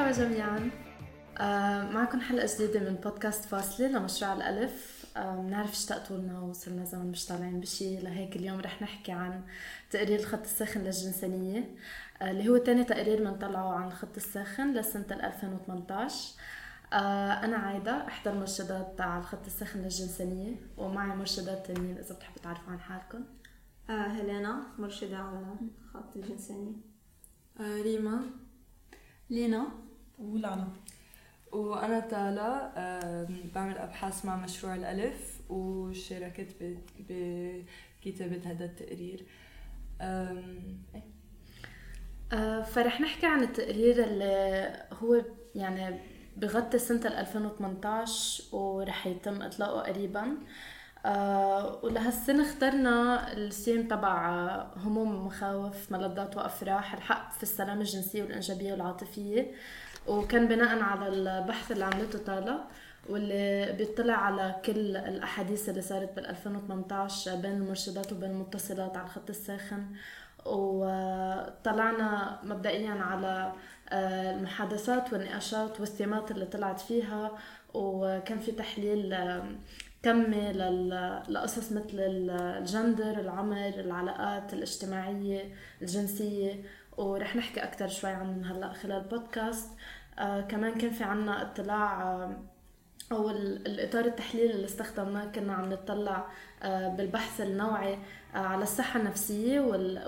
مرحبا جميعاً. معكم حلقة جديدة من بودكاست فاصلة لمشروع الألف. بنعرف اشتقتوا لنا وصلنا زمن مش طالعين بشي، لهيك اليوم رح نحكي عن تقرير الخط الساخن للجنسانية، اللي هو تاني تقرير منطلعه عن الخط الساخن لسنة 2018. أنا عايدة، إحدى المرشدات على الخط الساخن للجنسانية، ومعي مرشدات تانيين إذا بتحبوا تعرفوا عن حالكم. هيلينا، مرشدة على خط الجنسانية. ريما، لينا، ولانا. وأنا تالا، بعمل أبحاث مع مشروع الألف وشاركت بكتابة هذا التقرير. فرح نحكي عن التقرير اللي هو يعني بغطي سنة 2018 ورح يتم إطلاقه قريباً. ولهالسنة اخترنا السيم تبع هموم مخاوف ملذات وأفراح الحق في السلام الجنسي والإنجابية والعاطفية، وكان بناء على البحث اللي عملته تالا واللي بيطلع على كل الأحاديث اللي صارت بال 2018 بين المرشدات وبين المتصلات على الخط الساخن. وطلعنا مبدئيا على المحادثات والنقاشات والثيمات اللي طلعت فيها، وكان في تحليل كمي لقصص مثل الجندر، العمر، العلاقات الاجتماعية، الجنسية، ورح نحكي أكتر شوي عن هلأ خلال البودكاست. كمان كان في عنا اطلاع أو الإطار التحليل اللي استخدمناه، كنا عم نطلع بالبحث النوعي على الصحة النفسية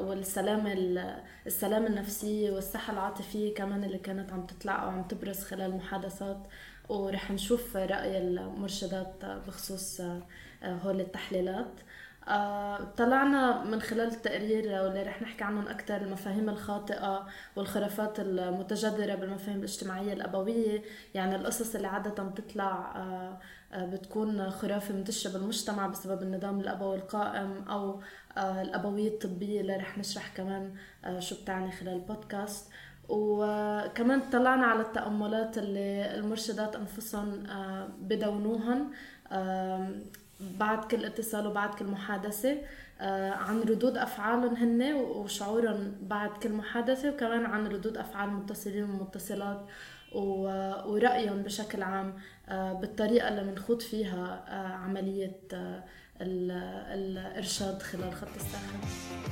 السلام النفسي والصحة العاطفية كمان اللي كانت عم تطلع أو عم تبرز خلال المحادثات، ورح نشوف رأي المرشدات بخصوص هول التحليلات. طلعنا من خلال التقرير واللي رح نحكي عنهم أكتر المفاهيم الخاطئة والخرافات المتجذرة بالمفاهيم الاجتماعية الأبوية، يعني القصص اللي عادة بتطلع بتكون خرافة منتشرة بالمجتمع بسبب النظام الأبوي القائم أو الأبوية الطبية اللي رح نشرح كمان شو بتعني خلال البودكاست. وكمان طلعنا على التأملات اللي المرشدات أنفسهم بدونوهن بعد كل اتصال وبعد كل محادثة، عن ردود أفعالهم هن وشعورهم بعد كل محادثة، وكمان عن ردود أفعال المتصلين والمتصلات ورأيهم بشكل عام بالطريقة اللي منخوض فيها عملية الإرشاد خلال خط الساخن.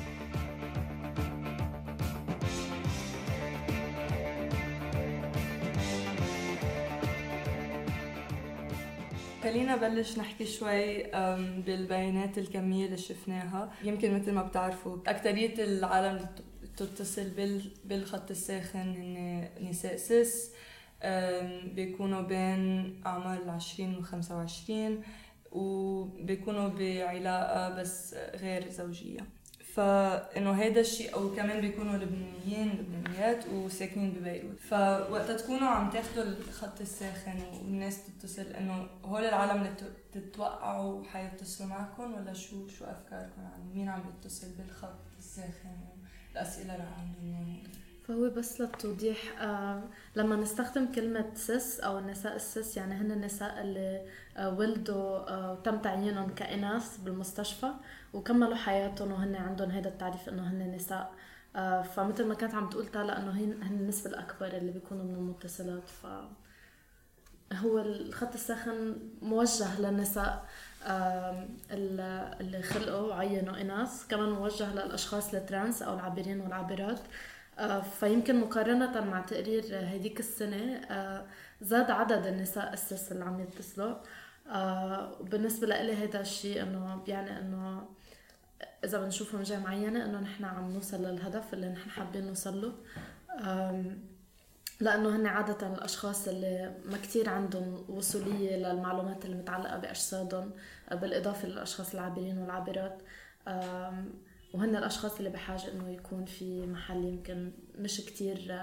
خلينا بلش نحكي شوي بالبيانات الكمية اللي شفناها. يمكن مثل ما بتعرفوا أكترية العالم اللي تتصل بالخط الساخن هن نساء سيس، بيكونوا بين أعمار 20 و 25 وبيكونوا بعلاقة بس غير زوجية. فإنه هيدا الشيء، أو كمان بيكونوا لبنانيات وساكنين ببيروت. فوقت تكونوا عم تاخدوا الخط الساخن والناس تتصل، إنه هول العالم اللي تتوقعوا حيتصلوا معكم، ولا شو أفكاركم عن مين عم يتصل بالخط الساخن والأسئلة اللي عندهم؟ فهو بس للتوضيح، لما نستخدم كلمة سيس أو النساء السيس، يعني هن النساء اللي ولدوا وتم تعيينهم كإناث بالمستشفى وكملوا حياتهم وهن عندهم هيدا التعريف إنه هن نساء. فمثل ما كانت عم تقول تالا إنه هن النسبة الأكبر اللي بيكونوا من المتصلات. فهو الخط الساخن موجه للنساء اللي خلقوا وعينوا إناث، كمان موجه للأشخاص الترانس أو العابرين والعابرات. فيمكن مقارنة مع تقرير هديك السنة زاد عدد النساء السيس اللي عم يتصلوا. وبالنسبة لإلي هيدا الشيء إنه بيعني إنه إذا بنشوفه من جهة معينة إنه نحن عم نوصل للهدف اللي نحن حابين نوصل له، لأنه هن عادة الأشخاص اللي ما كتير عندهم وصولية للمعلومات اللي متعلقة بأجسادهم، بالإضافة للأشخاص العابرين والعابرات، وهن الأشخاص اللي بحاجة إنه يكون في محل يمكن مش كتير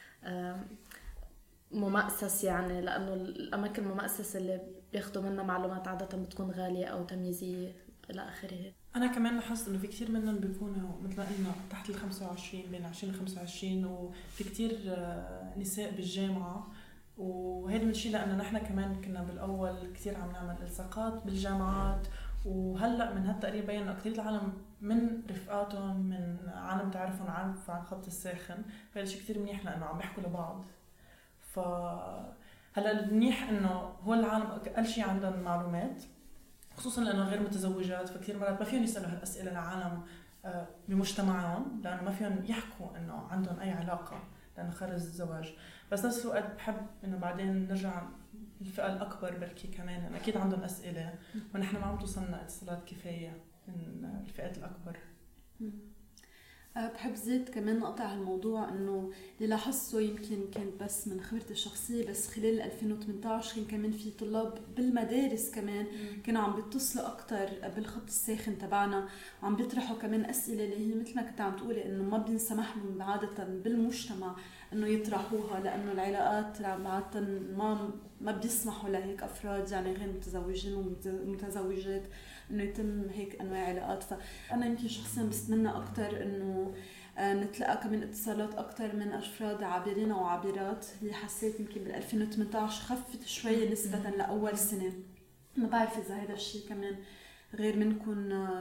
ممأسس، يعني لأنه الأماكن الممأسسة اللي بياخدوا منها معلومات عادة بتكون غالية أو تمييزية إلى آخره. أنا كمان لاحظت إنه في كتير منهم بيكونوا مثل ما قلنا تحت 25، بين 20 و 25، وفي كتير نساء بالجامعة. وهذا من الشيء لأنه نحن كمان كنا بالأول كتير عم نعمل التقاءات بالجامعات، وهلأ من هالتقرير بين أكتر العالم من رفقاتهم من عالم تعرفهم عن خط الساخن، فهذا شيء كتير منيح لأنه عم بيحكوا لبعض. هلا المنيح انه هو العالم اقل شيء عندهم معلومات، خصوصا لانه غير متزوجات، فكثير مرات ما فيهم يسالوا هالاسئله لعالم بمجتمعهم، لانه ما فيهم يحكوا انه عندهم اي علاقه لانه خارج الزواج. بس نفس الوقت بحب انه بعدين نرجع الفئه الاكبر بركي كمان، لانه اكيد عندهم اسئله ونحن ما عم توصلنا اتصالات كفايه من الفئات الاكبر. بحب زيد كمان نقطع هالموضوع انه اللي لاحظته يمكن كانت بس من خبرتي الشخصيه، بس خلال 2018 كان كمان في طلاب بالمدارس كمان كانوا عم بيتصلوا اكثر بالخط الساخن تبعنا، وعم بيطرحوا كمان اسئله اللي هي مثل ما كنت عم تقولي انه ما بينسمح لهم عاده بالمجتمع انه يطرحوها، لانه العلاقات عاده ما بيسمحوا لهيك افراد يعني غير متزوجين ومتزوجات انه يتم هيك انواع علاقات. فانا يمكن شخصيا بستمنى اكثر انه نتلقى كمان اتصالات اكثر من افراد عابرين او عابرات، اللي حسيت يمكن بال 2018 خفت شويه نسبه لاول سنه. ما بعرف اذا هذا الشيء كمان غير منكم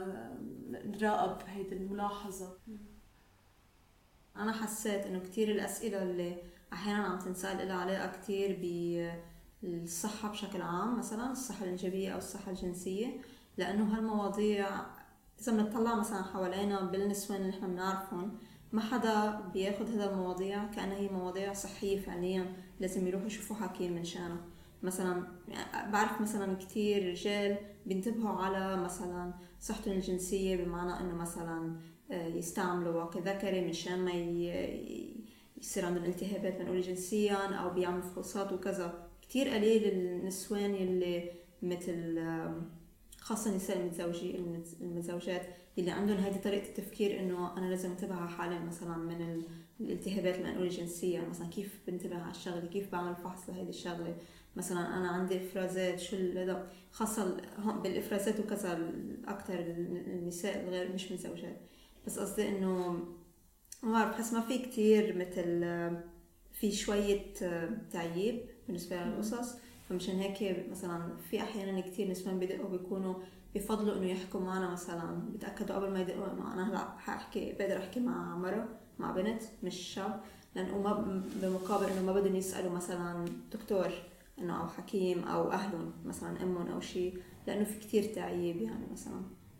نراقب هيدي الملاحظه. انا حسيت انه كتير الاسئله اللي احيانا عم تنسال لها علاقه كتير بالصحه بشكل عام، مثلا الصحه الانجابيه او الصحه الجنسيه، لانه هالمواضيع اذا بنطلع مثلا حوالينا بالنسوان اللي احنا بنعرفهم ما حدا بياخد هذا المواضيع كأنها هي مواضيع صحيه فعليا لازم يروحوا يشوفوا حكيم من شانها. مثلا بعرف مثلا كتير رجال بينتبهوا على مثلا صحتهم الجنسيه، بمعنى انه مثلا يستعملوا واقي ذكري مشان ما يصير عندهم التهابات منقولة جنسيا او بيعملوا فحوصات وكذا. كتير قليل النسوان اللي مثل خاصة النساء المتزوجات اللي عندهم هذه طريقة التفكير انه انا لازم انتبه على حالي مثلا من الالتهابات المنقولة جنسيا، مثلا كيف بنتبه على الشغلة، كيف بعمل فحص لهذه الشغلة، مثلا انا عندي افرازات شو هذا، خاصة بالافرازات وكذا اكثر النساء الغير مش متزوجات. بس قصدي انه ما بعرف، بحس ما في كتير مثل في شوية تعييب بالنسبة للقصص، فمشان هيك مثلا في احيانا كتير نسوان بدقوا بيكونوا بيفضلوا انه يحكوا معنا، مثلا بيتاكدوا قبل ما يدقوا انه انا هلا حاحكي بقدر احكي مع مرة مع بنت مش شاب، لانه ما بمقابل انه ما بدهم يسالوا مثلا دكتور انه او حكيم او اهلهم مثلا امهم او شيء، لانه في كتير تعيب يعني مثلا.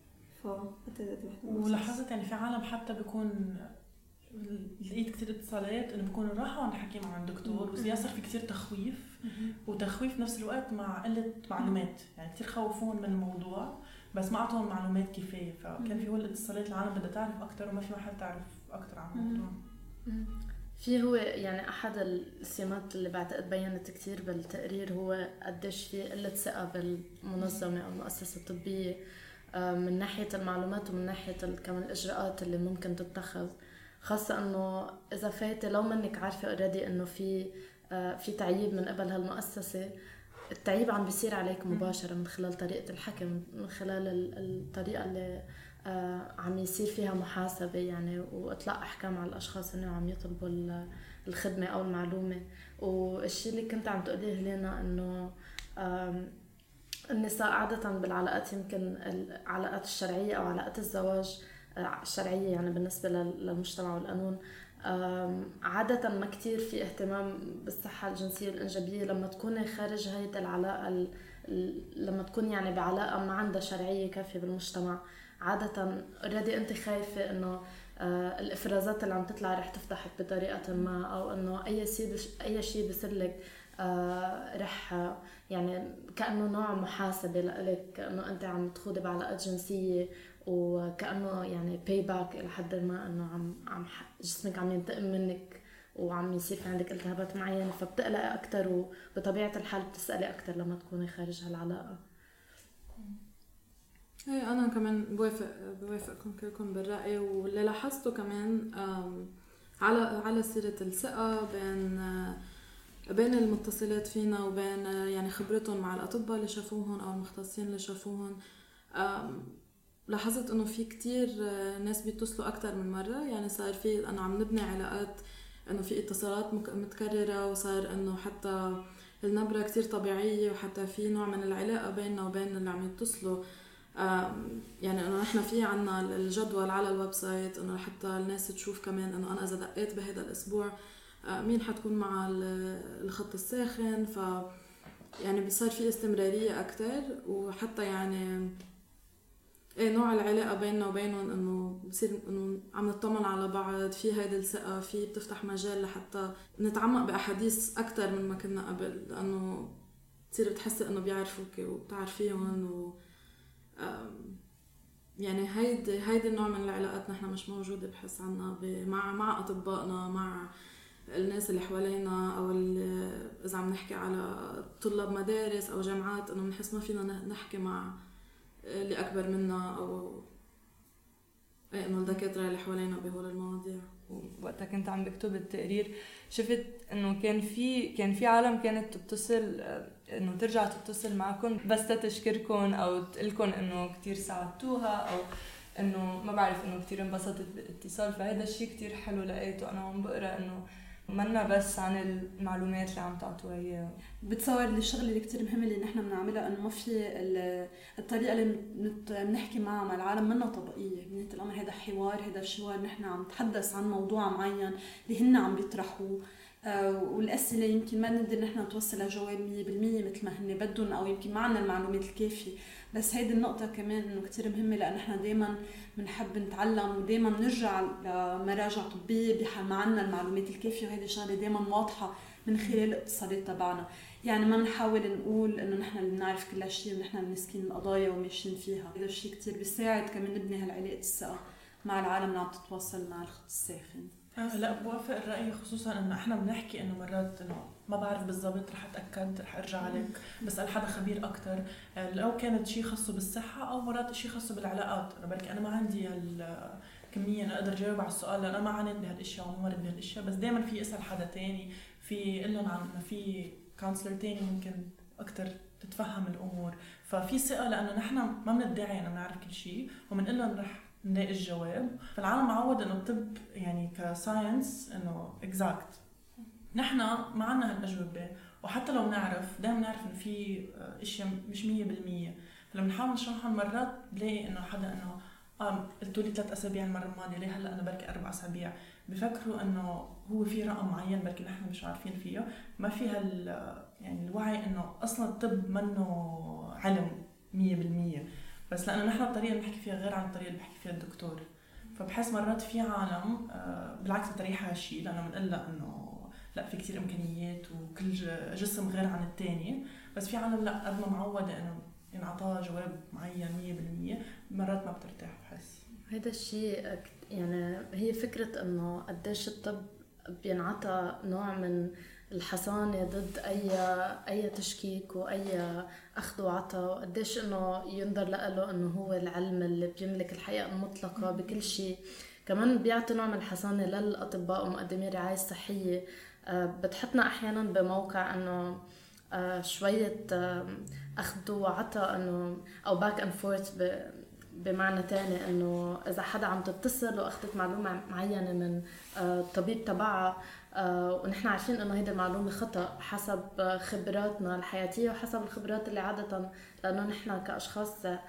ولاحظت يعني في عالم حتى بيكون لقيت كتير اتصالات انه بيكونوا راحوا عند حكيم عند دكتور، وصار في كتير تخويف، وتخويف نفس الوقت مع قله معلومات، يعني كتير خوفون من الموضوع بس ما اعطوهم معلومات كفايه، فكان في هو الاتصالات العالم بدها تعرف اكثر وما في محل تعرف اكثر عن الموضوع. في هو يعني احد السمات اللي بعتقد بينت كتير بالتقرير هو قديش في قله ثقه بالمنظمه او المؤسسه الطبيه من ناحيه المعلومات ومن ناحيه كمان الاجراءات اللي ممكن تتخذ، خاصة انه اذا فايتة لو منك عارفة اوريدي انه في تعييب من قبل هالمؤسسة، التعييب عم بيصير عليك مباشرة من خلال طريقة الحكي، من خلال الطريقة اللي عم يصير فيها محاسبة يعني واطلاق احكام على الاشخاص انه عم يطلبوا الخدمة او المعلومة. والشيء اللي كنت عم تقوليه هلينا انه النساء عادة بالعلاقات، يمكن العلاقات الشرعية او علاقات الزواج الشرعية يعني بالنسبة للمجتمع والقانون، عادة ما كتير في اهتمام بالصحة الجنسية الإنجابية لما تكوني خارج هيدا العلاقة، لما تكون يعني بعلاقة ما عندها شرعية كافية بالمجتمع. عادة already أنت خايفة إنه الإفرازات اللي عم تطلع رح تفضحك بطريقة ما، أو إنه أي شيء بيصيرلك رح يعني كأنه نوع محاسبة لك، إنه أنت عم تخوضي بعلاقات جنسية وكأنه يعني باي باك إلى حد ما، إنه عم جسمك عم ينتقم منك وعم يصير في عندك التهابات معينة، فبتقلقي أكتر وبطبيعة الحال بتسألي أكتر لما تكوني خارج هالعلاقة. ايه انا كمان بوافقكم كلكم بالرأي. واللي لاحظته كمان على سيرة الثقة بين المتصلات فينا وبين يعني خبرتهم مع الأطباء اللي شافوهم أو المختصين اللي شافوهم، لاحظت انه في كتير ناس بيتصلوا اكتر من مرة، يعني صار في انه عم نبني علاقات، انه في اتصالات متكررة، وصار انه حتى النبرة كتير طبيعية، وحتى في نوع من العلاقة بيننا وبين اللي عم يتصلوا. يعني انه نحن في عنا الجدول على الويب سايت انه حتى الناس تشوف كمان انه انا اذا دقيت بهذا الاسبوع مين حتكون مع الخط الساخن. ف يعني بصير في استمرارية أكتر، وحتى يعني نوع العلاقة بيننا وبينهم إنه بصير إنه عم نطمن على بعض، في هيدا الثقة، في بتفتح مجال لحتى نتعمق بأحاديث أكتر من ما كنا قبل، لأنه بتصير بتحسي إنه بيعرفوك وبتعرفيهم يعني هيدي النوع من العلاقات نحن مش موجودة بحس عنا مع أطبائنا، مع الناس اللي حوالينا، أو إذا عم نحكي على طلاب مدارس أو جامعات، إنه بنحس ما فينا نحكي مع اللي أكبر منا أو إنه الدكاترة اللي حوالينا بهول المواضيع. وقتها كنت عم بكتب التقرير شفت إنه كان في عالم كانت تتصل إنه ترجع تتصل معكم بس تشكركم أو تقولكم إنه كتير ساعدتوها، أو إنه ما بعرف إنه كتير انبسطت بالاتصال. فهذا الشيء كتير حلو لقيته أنا عم بقرأ، إنه منا بس عن المعلومات اللي عم تعطوها اياها. بتصور الشغله اللي كتير مهمه اللي نحن بنعملها انه ما في الطريقه اللي بنحكي معها مع العالم منا طبقيه. بنية الامر هذا حوار، هذا الشوار نحن عم نتحدث عن موضوع معين اللي هن عم بيطرحوه، والاسئله يمكن ما نقدر نحن نتوصل لجواب 100% مثل ما هن بدهم، او يمكن ما عندنا المعلومات الكافيه. بس هيدي النقطه كمان انه كتير مهمه، لان نحن دائما بنحب نتعلم ودائما نرجع لمراجع طبيه بحال ما عندنا المعلومات الكافيه، وهيدي الشغله دائما واضحه من خلال الاتصالات تبعنا. يعني ما بنحاول نقول انه نحن اللي بنعرف كل شيء ونحن اللي مسكين القضايا وماشيين فيها. هذا الشيء كتير بيساعد كمان نبني هالعلاقه الثقه مع العالم اللي عم تتواصل مع الخط الساخن. لا بوافق الرأي، خصوصا انه احنا بنحكي انه مرات انه ما بعرف بالضبط، رح اتاكد، رح ارجع عليك بسال حدا خبير اكثر لو كانت شيء خاصه بالصحه، او مرات شيء خاصه بالعلاقات. انا بركي انا ما عندي هالكميه انا اقدر جاوب على السؤال، لان انا ما عانيت بهالاشياء وما مريت بهالاشياء. بس دائما في اسال حدا تاني، في قول لهم عن في كونسلر تاني ممكن اكثر تتفهم الامور. ففي ثقه، لانه نحن ما بندعي انه بنعرف كل شيء، وبنقول لهم رح نلاقي الجواب. فالعالم معود انه الطب يعني كساينس انه اكزاكت، نحن ما عندنا هالاجوبه، وحتى لو بنعرف دائما بنعرف انه في اشياء مش 100%. فلما نحاول نشرحهم مرات بلاقي انه حدا انه قلتوا لي 3 أسابيع المره الماضيه، ليه هلا انا بركي 4 أسابيع؟ بفكروا انه هو في رقم معين بركي نحن مش عارفين فيه. ما في يعني الوعي انه اصلا الطب منه علم 100%، بس لأنه نحن الطريقة اللي بنحكي فيها غير عن الطريقة اللي بحكي فيها الدكتور. فبحس مرات في عالم بالعكس بتريحها هالشيء، لأنه بنقلها إنه لا، في كتير إمكانيات وكل جسم غير عن التاني. بس في عالم لا، قد ما معودة إنه ينعطاها جواب معين 100%، مرات ما بترتاح. بحس هذا الشيء يعني هي فكرة إنه قديش الطب بينعطى نوع من الحصانة ضد أي تشكيك وأي أخذ وعطاء، وقديش إنه ينظر له إنه هو العلم اللي بيملك الحقيقة المطلقة بكل شيء. كمان بيعطي نوع من الحصانة للأطباء ومقدمي الرعاية الصحية. بتحطنا أحيانا بموقع إنه شوية أخذ وعطاء، إنه أو باك أند فورث بمعنى تاني، إنه إذا حدا عم تتصل وأخذت معلومة معينة من الطبيب تبعها ونحن عارفين انه هيدا المعلومه خطا حسب خبراتنا الحياتيه وحسب الخبرات اللي عاده، لانه نحن كاشخاص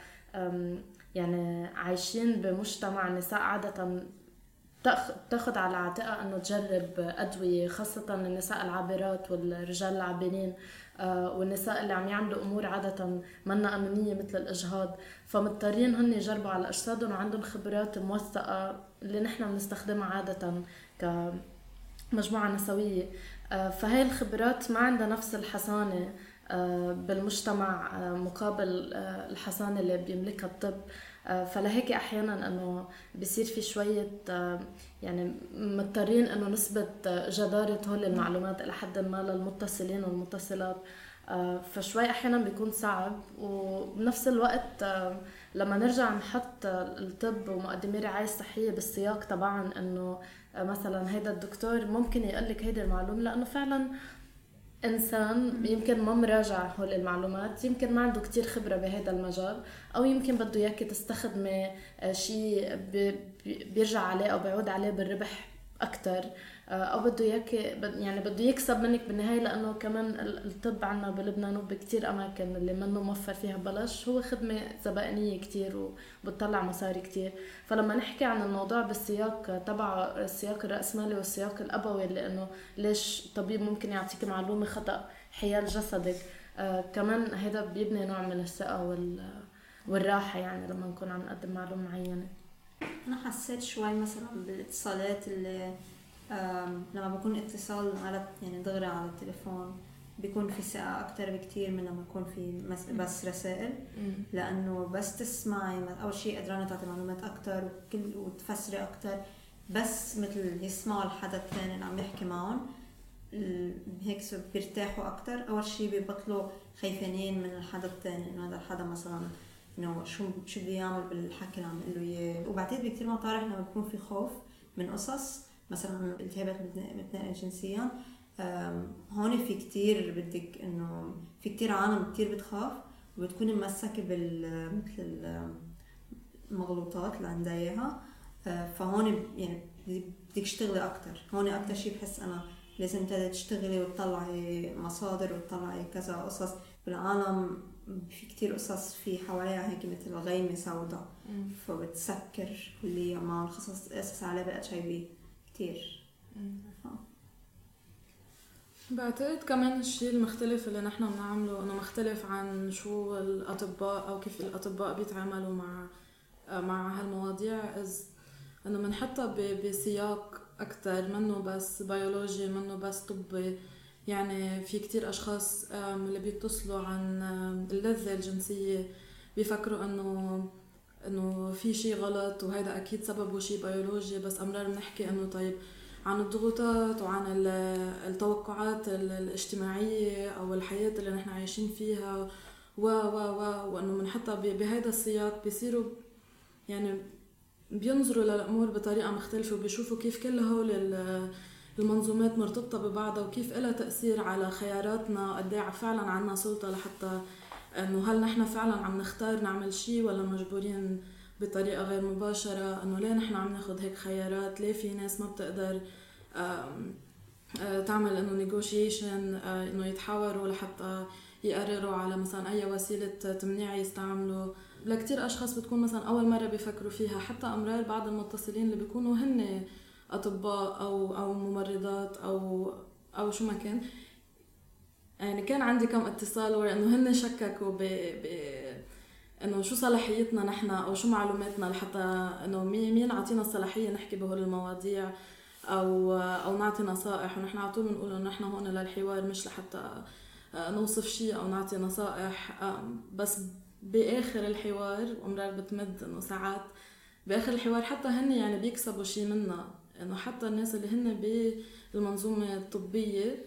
يعني عايشين بمجتمع النساء عاده تاخذ على عاتقها انه تجرب ادويه، خاصه النساء العابرات والرجال العابرين والنساء اللي عم يعملوا امور عاده منا قانونيه مثل الاجهاض. فمضطرين هن يجربوا على اجسادهم وعندهم خبرات موثقه اللي نحن بنستخدمها عاده مجموعة نسوية. فهي الخبرات ما عندها نفس الحصانة بالمجتمع مقابل الحصانة اللي بيملكها الطب. فلهيك أحيانا أنه بيصير في شوية يعني مضطرين أنه نثبت جدارة هول المعلومات إلى حد ما للمتصلين والمتصلات. فشوي أحيانا بيكون صعب. وبنفس الوقت لما نرجع نحط الطب ومقدمي الرعاية الصحية بالسياق طبعا أنه مثلا هيدا الدكتور ممكن يقلك هيدا المعلومة لأنه فعلا إنسان يمكن ما مراجع هول المعلومات، يمكن ما عنده كتير خبرة بهيدا المجال، أو يمكن بده إياكي تستخدمي شيء بيرجع عليه أو بيعود عليه بالربح اكثر، او بده اياك يعني بده يكسب منك بالنهايه، لانه كمان الطب عنا بلبنان وبكتير اماكن اللي منه موفر فيها ببلاش هو خدمه زبائنيه كتير وبتطلع مصاري كتير. فلما نحكي عن الموضوع بالسياق تبع السياق الرأسمالي والسياق الابوي، اللي انه ليش الطبيب ممكن يعطيك معلومه خطأ حيال جسدك، كمان هذا بيبني نوع من الثقه والراحه، يعني لما نكون عم نقدم معلومه معينه. أنا حسيت شوي مثلا بالاتصالات اللي لما بكون اتصال على يعني دغري على التليفون بيكون في ثقة أكتر بكتير من لما يكون في بس رسائل، لأنه بس تسمعي أول شيء قدرانة تعطي معلومات أكتر وتفسري أكتر، بس مثل يسمعوا الحدا الثاني اللي عم يحكي معهم هيك بيرتاحوا أكتر. أول شيء بيبطلوا خايفانين من الحدا الثاني، إنه هذا الحدا مثلا إنه شو بده يعمل بالحكي اللي عم يقوله إياه. وبعدين بكتير مطارح لما بيكون في خوف من قصص مثلا التهابات متنقلة جنسيا، هون في كتير بدك إنه في كتير عالم كتير بتخاف وبتكون ممسكة مثل المغلوطات اللي عندها إياها. فهون يعني بدك تشتغلي أكتر. هون أكتر شيء بحس أنا لازم تشتغلي وتطلعي مصادر وتطلعي كذا قصص بالعالم. في كتير قصص في حواليها هيك مثل غيمة سوداء فبتسكر كليا مع الخصص أساس على بقى HIV كتير. بعتقد كمان الشيء المختلف اللي نحن بنعمله انه مختلف عن شو الاطباء او كيف الاطباء بيتعاملوا مع هالمواضيع، انه بنحطها بسياق اكتر منه بس بيولوجي، منه بس طبي. يعني في كتير اشخاص اللي بيتصلوا عن اللذة الجنسية بيفكروا انه في شيء غلط وهذا اكيد سببه شيء بيولوجي، بس امرار بنحكي انه طيب عن الضغوطات وعن التوقعات الاجتماعية او الحياة اللي نحن عايشين فيها وانه بنحطها بهذا السياق، بيصيروا يعني بينظروا للأمور بطريقة مختلفة وبيشوفوا كيف كل هول المنظومات مرتبطة ببعضها وكيف لها تأثير على خياراتنا، قد ايه فعلا عنا سلطة لحتى انه هل نحن فعلا عم نختار نعمل شيء ولا مجبورين بطريقة غير مباشرة، انه ليه نحن عم ناخد هيك خيارات، ليه في ناس ما بتقدر تعمل انه negotiation، انه يتحاوروا لحتى يقرروا على مثلا اي وسيلة تمنيع يستعملوا. لكتير اشخاص بتكون مثلا اول مرة بيفكروا فيها، حتى امرار بعض المتصلين اللي بيكونوا هن اطباء او ممرضات او شو ما كان. يعني كان عندي كم اتصال ورا انه هن شككوا انه شو صلاحيتنا نحن او شو معلوماتنا لحتى انه مين عطينا الصلاحيه نحكي بهول المواضيع او نعطي نصائح. ونحن على طول بنقول انه نحن هون للحوار مش لحتى نوصف شيء او نعطي نصائح. بس باخر الحوار ومرار بتمد انه ساعات باخر الحوار حتى هن يعني بيكسبوا شيء منا، انه حتى الناس اللي هن بالمنظومه الطبيه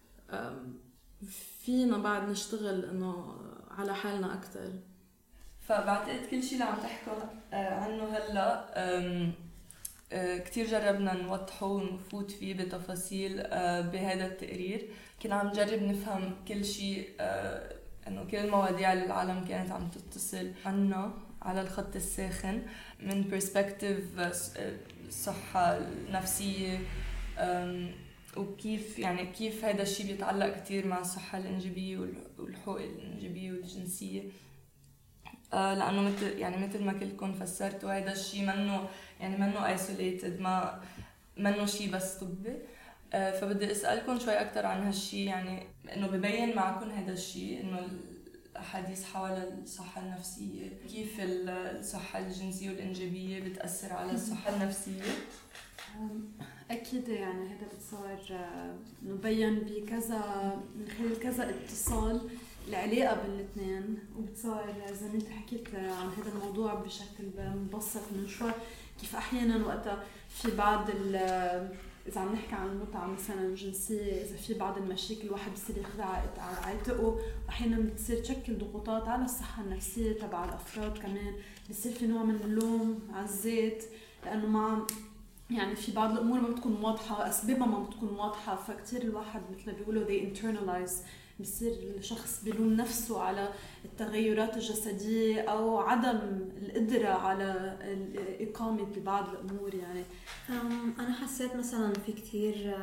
فينا بعد نشتغل انه على حالنا اكثر. فبعتقد كل شيء اللي عم تحكوا عنه هلا كتير جربنا نوضحه ونفوت فيه بتفاصيل بهذا التقرير. كنا عم نجرب نفهم كل شيء، انه كل المواضيع اللي العالم كانت عم تتصل عنها على الخط الساخن من برسبكتيف الصحة النفسية، وكيف يعني كيف هذا الشيء بيتعلق كتير مع الصحة الإنجابية والحقوق الإنجابية والجنسية. لأنه مثل ما كلكم فسرتوا هذا الشيء منه isolated، منه شيء بس طبي. فبدي أسألكم شوي أكتر عن هالشيء، يعني إنه ببين معكم هذا الشيء إنه الأحاديث حول الصحة النفسية، كيف الصحة الجنسية والإنجابية بتأثر على الصحة النفسية. أكيد يعني هذا بتصير نبين بكذا من خلال كذا اتصال العلاقة بالاثنين، وبتصير زي ما انت حكيت عن هذا الموضوع بشكل مبسط من شوي، كيف أحيانا وقتها في بعض إذا عم نحكي عن المتعة مثلا الجنسية، إذا في بعض المشاكل الواحد بصير يخدع عاتقه، أحيانا بتصير تشكل ضغوطات على الصحة النفسية تبع الأفراد. كمان بصير في نوع من اللوم على الذات، لأنه ما يعني في بعض الأمور ما بتكون واضحة، أسبابها ما بتكون واضحة، فكتير الواحد مثل بيقولوا they internalize، بصير الشخص بيلوم نفسه على التغيرات الجسدية أو عدم القدرة على الإقامة ببعض الأمور. يعني أنا حسيت مثلا في كتير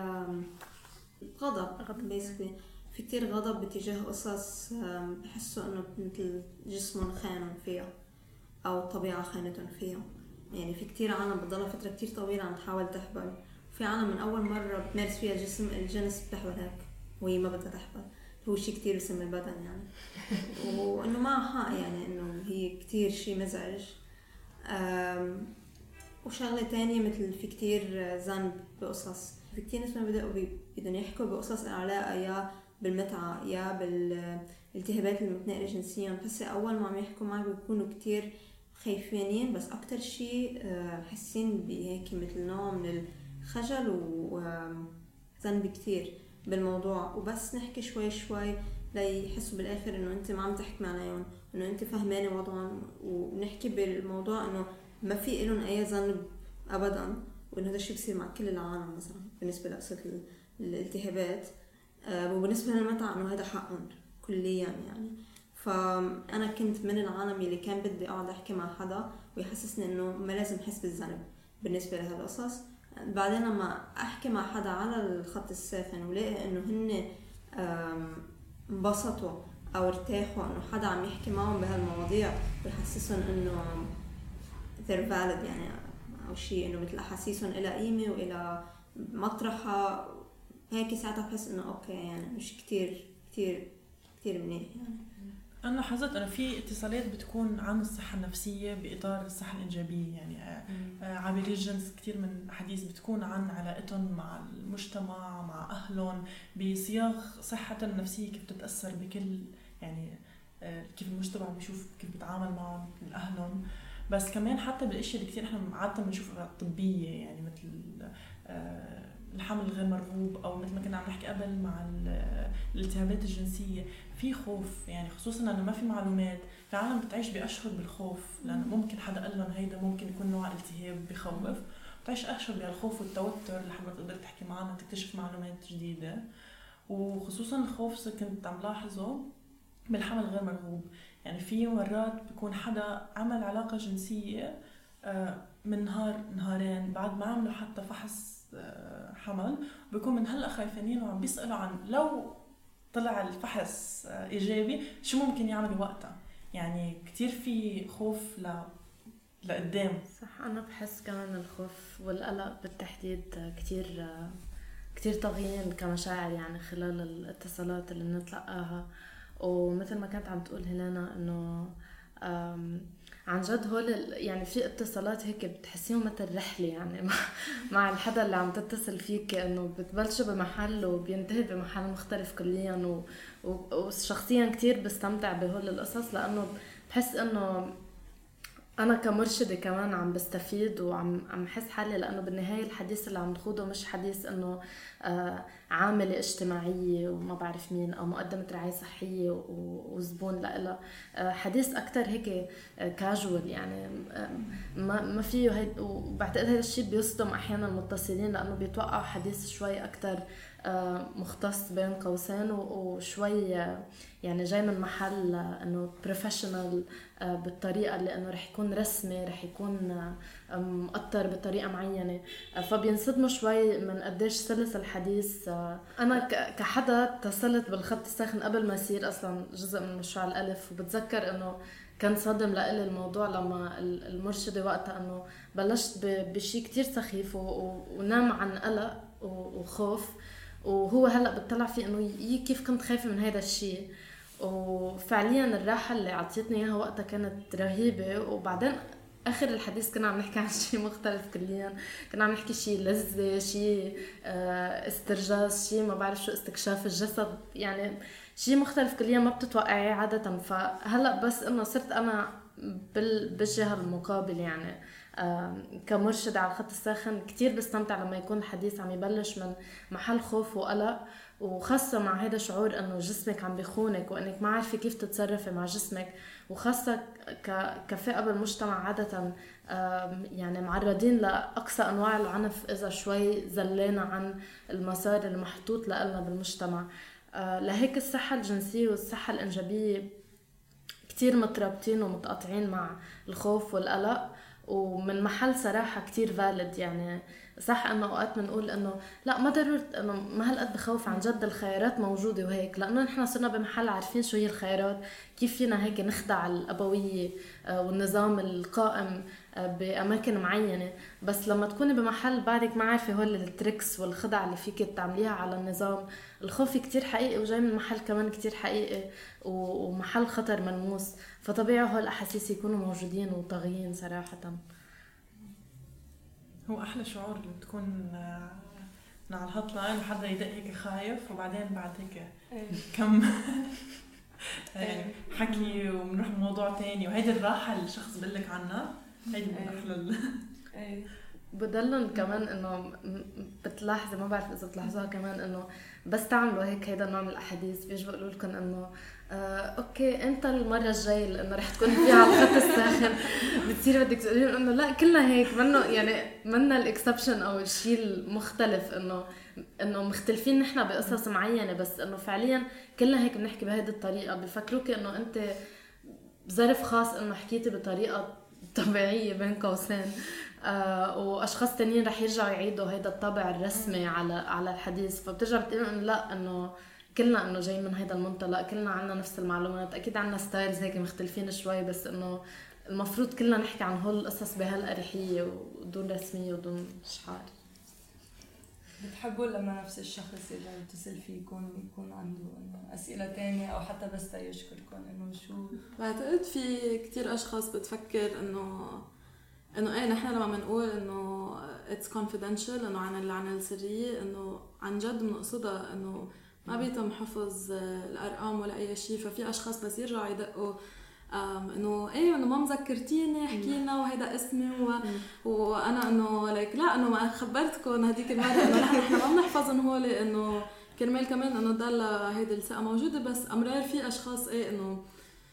غضب بيسكلي، في كتير غضب باتجاه قصص بحسوا إنه مثل جسمهم خانوا فيها أو الطبيعة خانتهم فيها. يعني في كتير عالم بتضلها فترة كتير طويلة عم تحاول تحبل، وفي عالم من أول مرة بتمارس فيها الجنس بتحبل هيك وهي ما بدها تحبل. هو شيء كتير بسم البدن يعني وإنه ما حق يعني إنه هي كتير شيء مزعج. وشغلة تانية مثل في كتير ذنب بقصص، في كتير ناس بدهم يحكوا بقصص علاقة يا بالمتعة يا بالالتهابات المتنقلة جنسيا. بس أول ما عم يحكوا معك بيكونوا كتير خايفين، بس أكتر شيء حاسين بهيك مثل نوع من الخجل وذنب كتير بالموضوع. وبس نحكي شوي شوي ليحسوا بالآخر إنه أنت ما عم تحكي عليهم، إنه أنت فهمانة وضعهم، ونحكي بالموضوع إنه ما في إلهم أي ذنب أبدا، وإنه هذا الشيء بصير مع كل العالم مثلا بالنسبة لقصة الالتهابات. وبالنسبة للمتعة إنه هذا حقهم كليا يعني. فأنا كنت من العالم اللي كان بدي أقعد أحكي مع حدا ويحسسني إنه ما لازم أحس بالذنب بالنسبة لهالقصص. بعدين لما أحكي مع حدا على الخط الساخن ولاقي إنه هن انبسطوا أو ارتاحوا إنه حدا عم يحكي معهم بهالمواضيع ويحسسهم إنه they're valid يعني أو شيء، إنه مثل أحاسيسهم إلى قيمة وإلى مطرحها، هيك ساعتها بحس إنه أوكي يعني مش كتير كتير كتير منيح يعني. أنا لاحظت أنه في اتصالات بتكون عن الصحة النفسية بإطار الصحة الإنجابية. يعني عابري الجنس كتير من أحاديث بتكون عن علاقتهم مع المجتمع مع أهلهم بصياغ صحة النفسية كيف تتأثر بكل يعني كيف المجتمع بيشوف كيف بيتعامل معهم من أهلهم. بس كمان حتى بالاشياء اللي كتير احنا عادة بنشوفها طبية يعني مثل الحمل الغير مرغوب او مثل ما كنا عم نحكي قبل مع الالتهابات الجنسية. في خوف يعني خصوصا انه ما في معلومات، في عالم بتعيش بأشهر بالخوف لانه ممكن حدا قال لهم هيدا ممكن يكون نوع التهاب بخوف، بتعيش أشهر بهالخوف والتوتر لحد ما تقدر تحكي معنا تكتشف معلومات جديدة. وخصوصا الخوف كنت عم لاحظه بالحمل الغير مرغوب. يعني في مرات بيكون حدا عمل علاقة جنسية من نهارين بعد ما عملوا حتى فحص حمل، بيكون من هلأ خايفين وعم بيسألوا عن لو طلع الفحص إيجابي شو ممكن يعمل وقتها. يعني كتير في خوف لقدام. صح، أنا بحس كمان الخوف والقلق بالتحديد كتير طاغيين كمشاعر يعني خلال الاتصالات اللي بنتلقاها. ومثل ما كانت عم تقول هيلانا انه عن جد هول يعني في اتصالات هيك بتحسيهم مثل رحله يعني مع الحدا اللي عم تتصل فيك، انه بتبلشوا بمحل وبينتهي بمحل مختلف كليا. وشخصيا كتير بستمتع بهول القصص لانه بحس انه أنا كمرشدة كمان عم بستفيد وعم حس حالي، لأنه بالنهاية الحديث اللي عم نخوضه مش حديث إنه عاملة اجتماعية وما بعرف مين أو مقدمة رعاية صحية وزبون لإلها، حديث أكتر هيك كاجوال يعني ما فيه هيد. وبعتقد هذا الشيء بيصدم أحيانا المتصلين لأنه بيتوقعوا حديث شوي أكتر مختص بين قوسين وشوي يعني جاي من محل انه بروفيشنال بالطريقه اللي انه رح يكون رسمي، رح يكون مؤطر بطريقه معينه، فبينصدموا شوي من قديش سلس الحديث. انا كحدا اتصلت بالخط الساخن قبل ما يصير اصلا جزء من مشروع الالف، وبتذكر انه كان صادم لإلي الموضوع لما المرشده وقتها انه بلشت بشيء كتير سخيف ونام عن قلق وخوف، وهو هلأ بتطلع فيه انه كيف كنت خايفة من هذا الشيء. وفعليا الراحة اللي عطيتني اياها وقتها كانت رهيبة. وبعدين اخر الحديث كنا عم نحكي عن شيء مختلف كليا، كنا عم نحكي شيء لذة، شيء استرجاز، شيء ما بعرف شو استكشاف الجسد، يعني شيء مختلف كليا ما بتتوقعيه عادة. فهلأ بس انه صرت انا بالجهة المقابل يعني كمرشد على الخط الساخن كتير بستمتع لما يكون الحديث عم يبلش من محل خوف وقلق، وخاصة مع هذا شعور انه جسمك عم بيخونك وانك ما عارفة كيف تتصرفي مع جسمك، وخاصة كفئة بالمجتمع عادة يعني معرضين لأقصى أنواع العنف إذا شوي زلينا عن المسار المحطوط لنا بالمجتمع. لهيك الصحة الجنسية والصحة الإنجابية كتير مترابطين ومتقاطعين مع الخوف والقلق. ومن محل صراحة كتير فالid. يعني صح انه اوقات بنقول انه لا ما ضروري انه ما هالقد بخوف، عن جد الخيارات موجودة وهيك، لانه نحن صرنا بمحل عارفين شو هي الخيارات، كيف فينا هيك نخدع الابوية والنظام القائم باماكن معينة. بس لما تكوني بمحل بعدك ما عارفة هول التريكس والخدع اللي فيك تعمليها على النظام، الخوف كتير حقيقي وجاي من محل كمان كتير حقيقي ومحل خطر ملموس، فطبيعي هول الاحاسيس يكونوا موجودين وطاغيين صراحة. هو احلى شعور لما تكون من على الهوت لاين وحدا يدق هيك خايف، وبعدين بعد هيك كم حكي وبنروح بموضوع تاني، وهيدي الراحة اللي الشخص بيقلك عنها، هيدي من احلى بدلن كمان انه بتلاحظي، ما بعرف اذا بتلاحظوها كمان، انه بس تعملوا هيك هيدا النوع من الاحاديث بيجوا يقولوا لكم انه اوكي انت المره الجايه لانه رح تكون فيها على الخط الساخن، بتصير بدك تقولي انه لا كلنا هيك، منه يعني منا الاكسبشن او الشيء المختلف، انه مختلفين نحن بقصص معينه، بس انه فعليا كلنا هيك بنحكي بهيدي الطريقه، بفكروك انه انت بظرف خاص انه حكيتي بطريقه طبيعيه بين قوسين، واشخاص تانيين رح يرجعوا يعيدوا هيدا الطابع الرسمي على الحديث، فبترجع بتقول انه لا، انه كلنا انه جاي من هيدا المنطلق، كلنا عنا نفس المعلومات، اكيد عنا ستايلز هيك مختلفين شوي، بس انه المفروض كلنا نحكي عن هول القصص بهالاريحيه ودون رسميه ودون اشعار. بتحبوا لما نفس الشخص يرجع يتصل فيكم ويكون عنده انه اسئله تانية او حتى بس يشكركم انه شو؟ بعتقد في كتير اشخاص بتفكر انه ايه نحن لما بنقول انه it's confidential انه عن العناية السرية انه عن جد بنقصدها، انه ما بيتم حفظ الارقام ولا اي شيء. ففي اشخاص بس يرجعوا يدقوا انه ايه انه ما مذكرتيني حكينا وهيدا اسمي وانا انه لايك لا انه ما خبرتكم هذيك المره انه نحن ما بنحفظن هول، انه كرمال كمان انه ضل هيدي الثقه موجوده. بس امرار في اشخاص ايه انه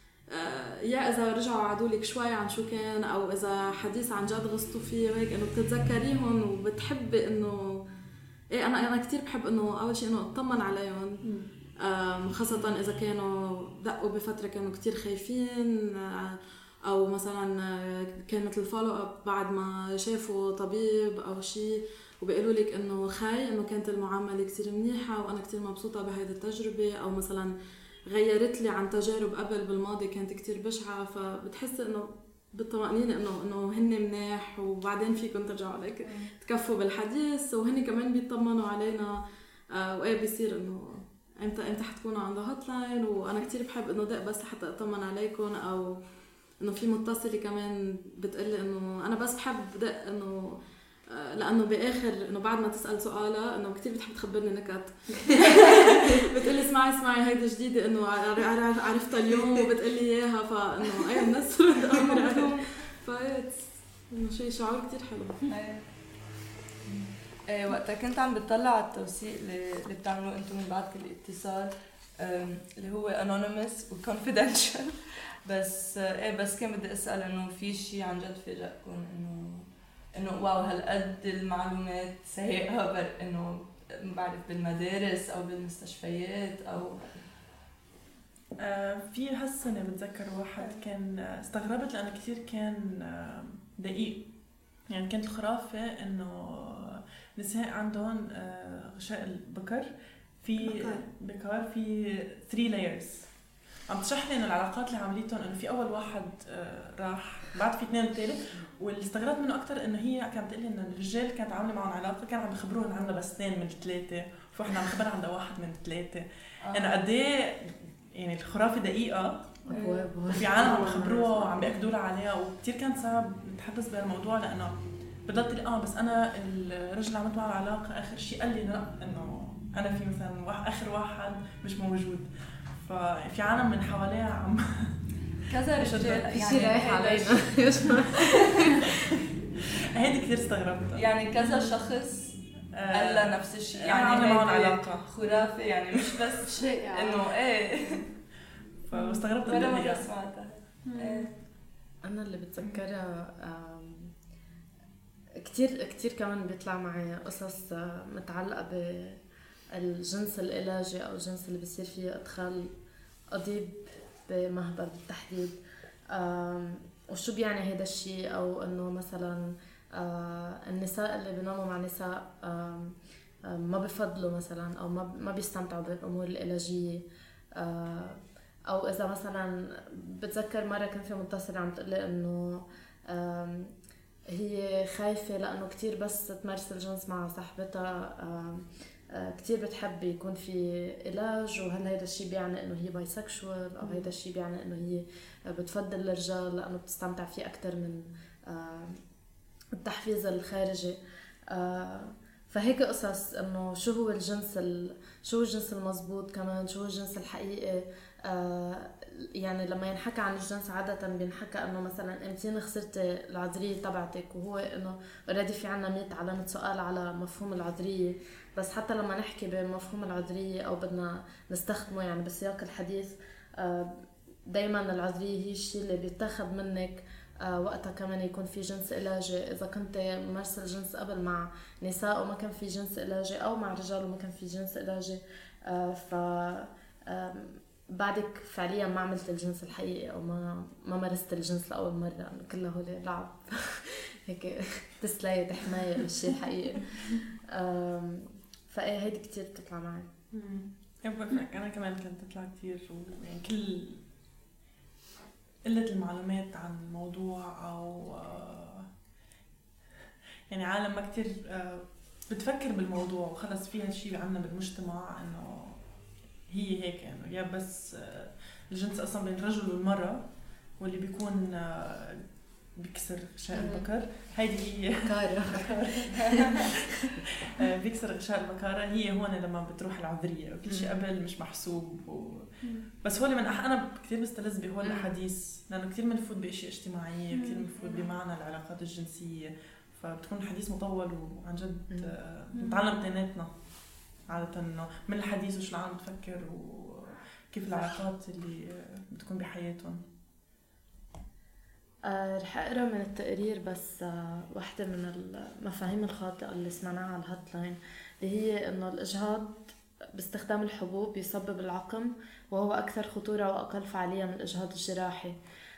يا اذا رجعوا عادوا لك شوي عن شو كان، او اذا حديث عن جد غصتوا فيه وهيك انه بتتذكريهم وبتحبي انه ايه انا كتير بحب انه اول شيء انه اطمن عليهم، خاصة إذا كانوا دقوا بفترة كانوا كتير خايفين، أو مثلا كانت الفولو أب بعد ما شافوا طبيب أو شيء وبيقولوا لك إنه خاي إنه كانت المعاملة كتير منيحة وأنا كتير مبسوطة بهذه التجربة، أو مثلا غيرت لي عن تجارب قبل بالماضي كانت كتير بشعة، فبتحس إنه بالطمأنينة إنه هن مناح، وبعدين فيكم ترجعوا عليك تكفوا بالحديث وهن كمان بيطمنوا علينا، وإيه بيصير إنه امتى حتكونوا عند هوت لاين. وانا كتير بحب انه دق بس حتى اطمن عليكم، او انه في متصله كمان بتقلي انه انا بس بحب دق انه لانه باخر انه بعد ما تسال سؤالها انه كتير بتحب تخبرني نكت بتقلي اسمعي هيدي جديده انه عرفتها اليوم وبتقلي اياها، فانه اي الناس امرهم فايت انه شعور كتير حلو. وقتها كنت عم بتطلع على التوثيق اللي بتعملوه انتم من بعد كل اتصال اللي هو anonymous و confidential، بس كان بدي اسال انه في شيء عن جد فاجأكم انه واو هالقد المعلومات سيئه، انه ما بعرف بالمدارس او بالمستشفيات او في هالسنه بتذكر واحد كان استغربت لانه كثير كان دقيق، يعني كانت الخرافه انه نساء عندهم غشاء البكر في 3 layers. عم تشرح لي انه العلاقات اللي عمليتهم انه في اول واحد راح بعد في 2 وثالث، واللي استغربت منه اكثر انه هي كانت بتقول لي انه الرجال كانت عامله معهم علاقه كانوا عم يخبروها انه عندها بس 2 من 3، وفي وحده عم تخبرها عندها 1 من 3. انا قد ايه يعني الخرافه دقيقه، وفي عالم عم يخبروها وعم بياكدوا لها عليها، وكثير كان صعب نتحدث بهالموضوع لانه بضلت لي بس انا الرجل اللي عملت معه العلاقه اخر شيء قال لي لا انه انا في مثلا اخر واحد مش موجود، ففي عالم من حواليها عم كذا رجال يعني رايح علينا هيدي كثير استغربتها، يعني كذا شخص قال لها نفس الشيء، يعني عملوا معهم علاقه خرافه، يعني مش بس شيء انه ايه فاستغربت ولا ما سمعتها. انا اللي بتذكرها كتير كمان بيطلع معي قصص متعلقة بالجنس العلاجي أو الجنس اللي بيصير فيه إدخال قضيب بمهبل بالتحديد. وشو بيعني هيدا الشيء، أو إنه مثلا النساء اللي بيناموا مع نساء ما بفضلوا مثلا، أو ما بيستمتعوا بالأمور العلاجية. أو إذا مثلا بتذكر مرة كان في متصلة عم تقلي إنه هي خايفة لأنه كتير بس تمارس الجنس مع صاحبتها كتير بتحب يكون في علاج، وهل هيدا الشيء بيعني إنه هي بايسكشوال، أو هيدا الشيء بيعني إنه هي بتفضل الرجال لأنه بتستمتع فيه أكتر من التحفيز الخارجي. فهيك قصص إنه شو هو الجنس المضبوط، كمان شو هو الجنس الحقيقي. يعني لما ينحكى عن الجنس عادة بينحكى انه مثلا امتين خسرتي العذرية تبعتك، وهو انه اوريدي في عنا 100 علامة سؤال على مفهوم العذرية. بس حتى لما نحكي بمفهوم العذرية او بدنا نستخدمه يعني بسياق الحديث، دايما العذرية هي الشيء اللي بيتاخد منك وقتها كمان يكون في جنس علاجي. اذا كنت ممارسة الجنس قبل مع نساء وما كان في جنس علاجي، او مع رجال وما كان في جنس علاجي، ف بعدك فعليا ما عملت الجنس الحقيقي، او ما مارست الجنس لاول مره. كله هو لعب هيك تسلية حمايه للشيء الحقيقي. فايه هيدي كتير بتطلع معي. انا كمان كنت تطلع كتير، يعني كل قله المعلومات عن الموضوع، او يعني عالم ما كتير بتفكر بالموضوع وخلص فيها الشيء عنا بالمجتمع انه هي هيك، يعني يا بس الجنس اصلا بين الرجل والمراه، واللي بيكون بيكسر غشاء البكر هيدي هي بيكسر غشاء البكاره، هي هون لما بتروح العذريه وكل شيء قبل مش محسوب بس هو من انا كثير بستلذ بهول الاحاديث، لانه كثير بنفوت باشياء اجتماعيه، كثير بنفوت بمعنى العلاقات الجنسيه، فبتكون الحديث مطول وعن جد نتعلم بيناتنا عادة إنه من الحديث وش العالم بتفكر وكيف العلاقات اللي بتكون بحياتهم. رح أقرأ من التقرير بس واحدة من المفاهيم الخاطئة اللي سمعناها على الهات لاين، اللي هي إنه الإجهاض باستخدام الحبوب يسبب العقم، وهو أكثر خطورة وأقل فعالية من الإجهاض الجراحي.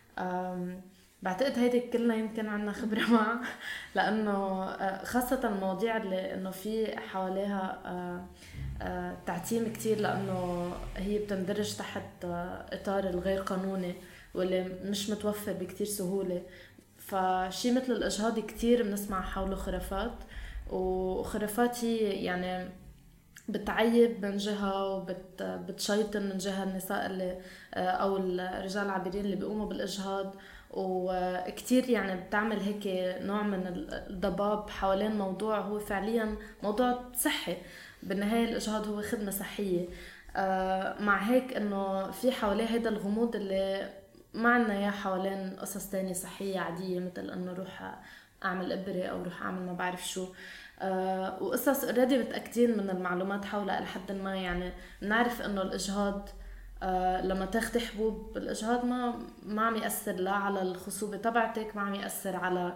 بعتقد هيدي كلنا يمكن عنا خبرة معها، لأنه خاصة المواضيع اللي إنه في حواليها تعتيم كتير، لأنه هي بتندرج تحت إطار الغير قانوني واللي مش متوفر بكتير سهولة. فشي مثل الإجهاض كتير بنسمع حوله خرافات، وخرافات هي يعني بتعيب من جهة وبتشيطن من جهة النساء اللي أو الرجال العابرين اللي بيقوموا بالإجهاض، وكتير يعني بتعمل هيك نوع من الضباب حوالين موضوع هو فعليا موضوع صحي. بالنهاية الإجهاض هو خدمة صحية، مع هيك إنه في حواليه هيدا الغموض اللي ما عنا إياه حوالين قصص تانية صحية عادية، مثل إنه روح أعمل إبرة أو روح أعمل ما بعرف شو، وقصص already متأكدين من المعلومات حولها لحد ما. يعني نعرف إنه الإجهاض لما تاخدي حبوب الإجهاض ما عم يأثر لا على الخصوبة تبعتك، ما عم يأثر على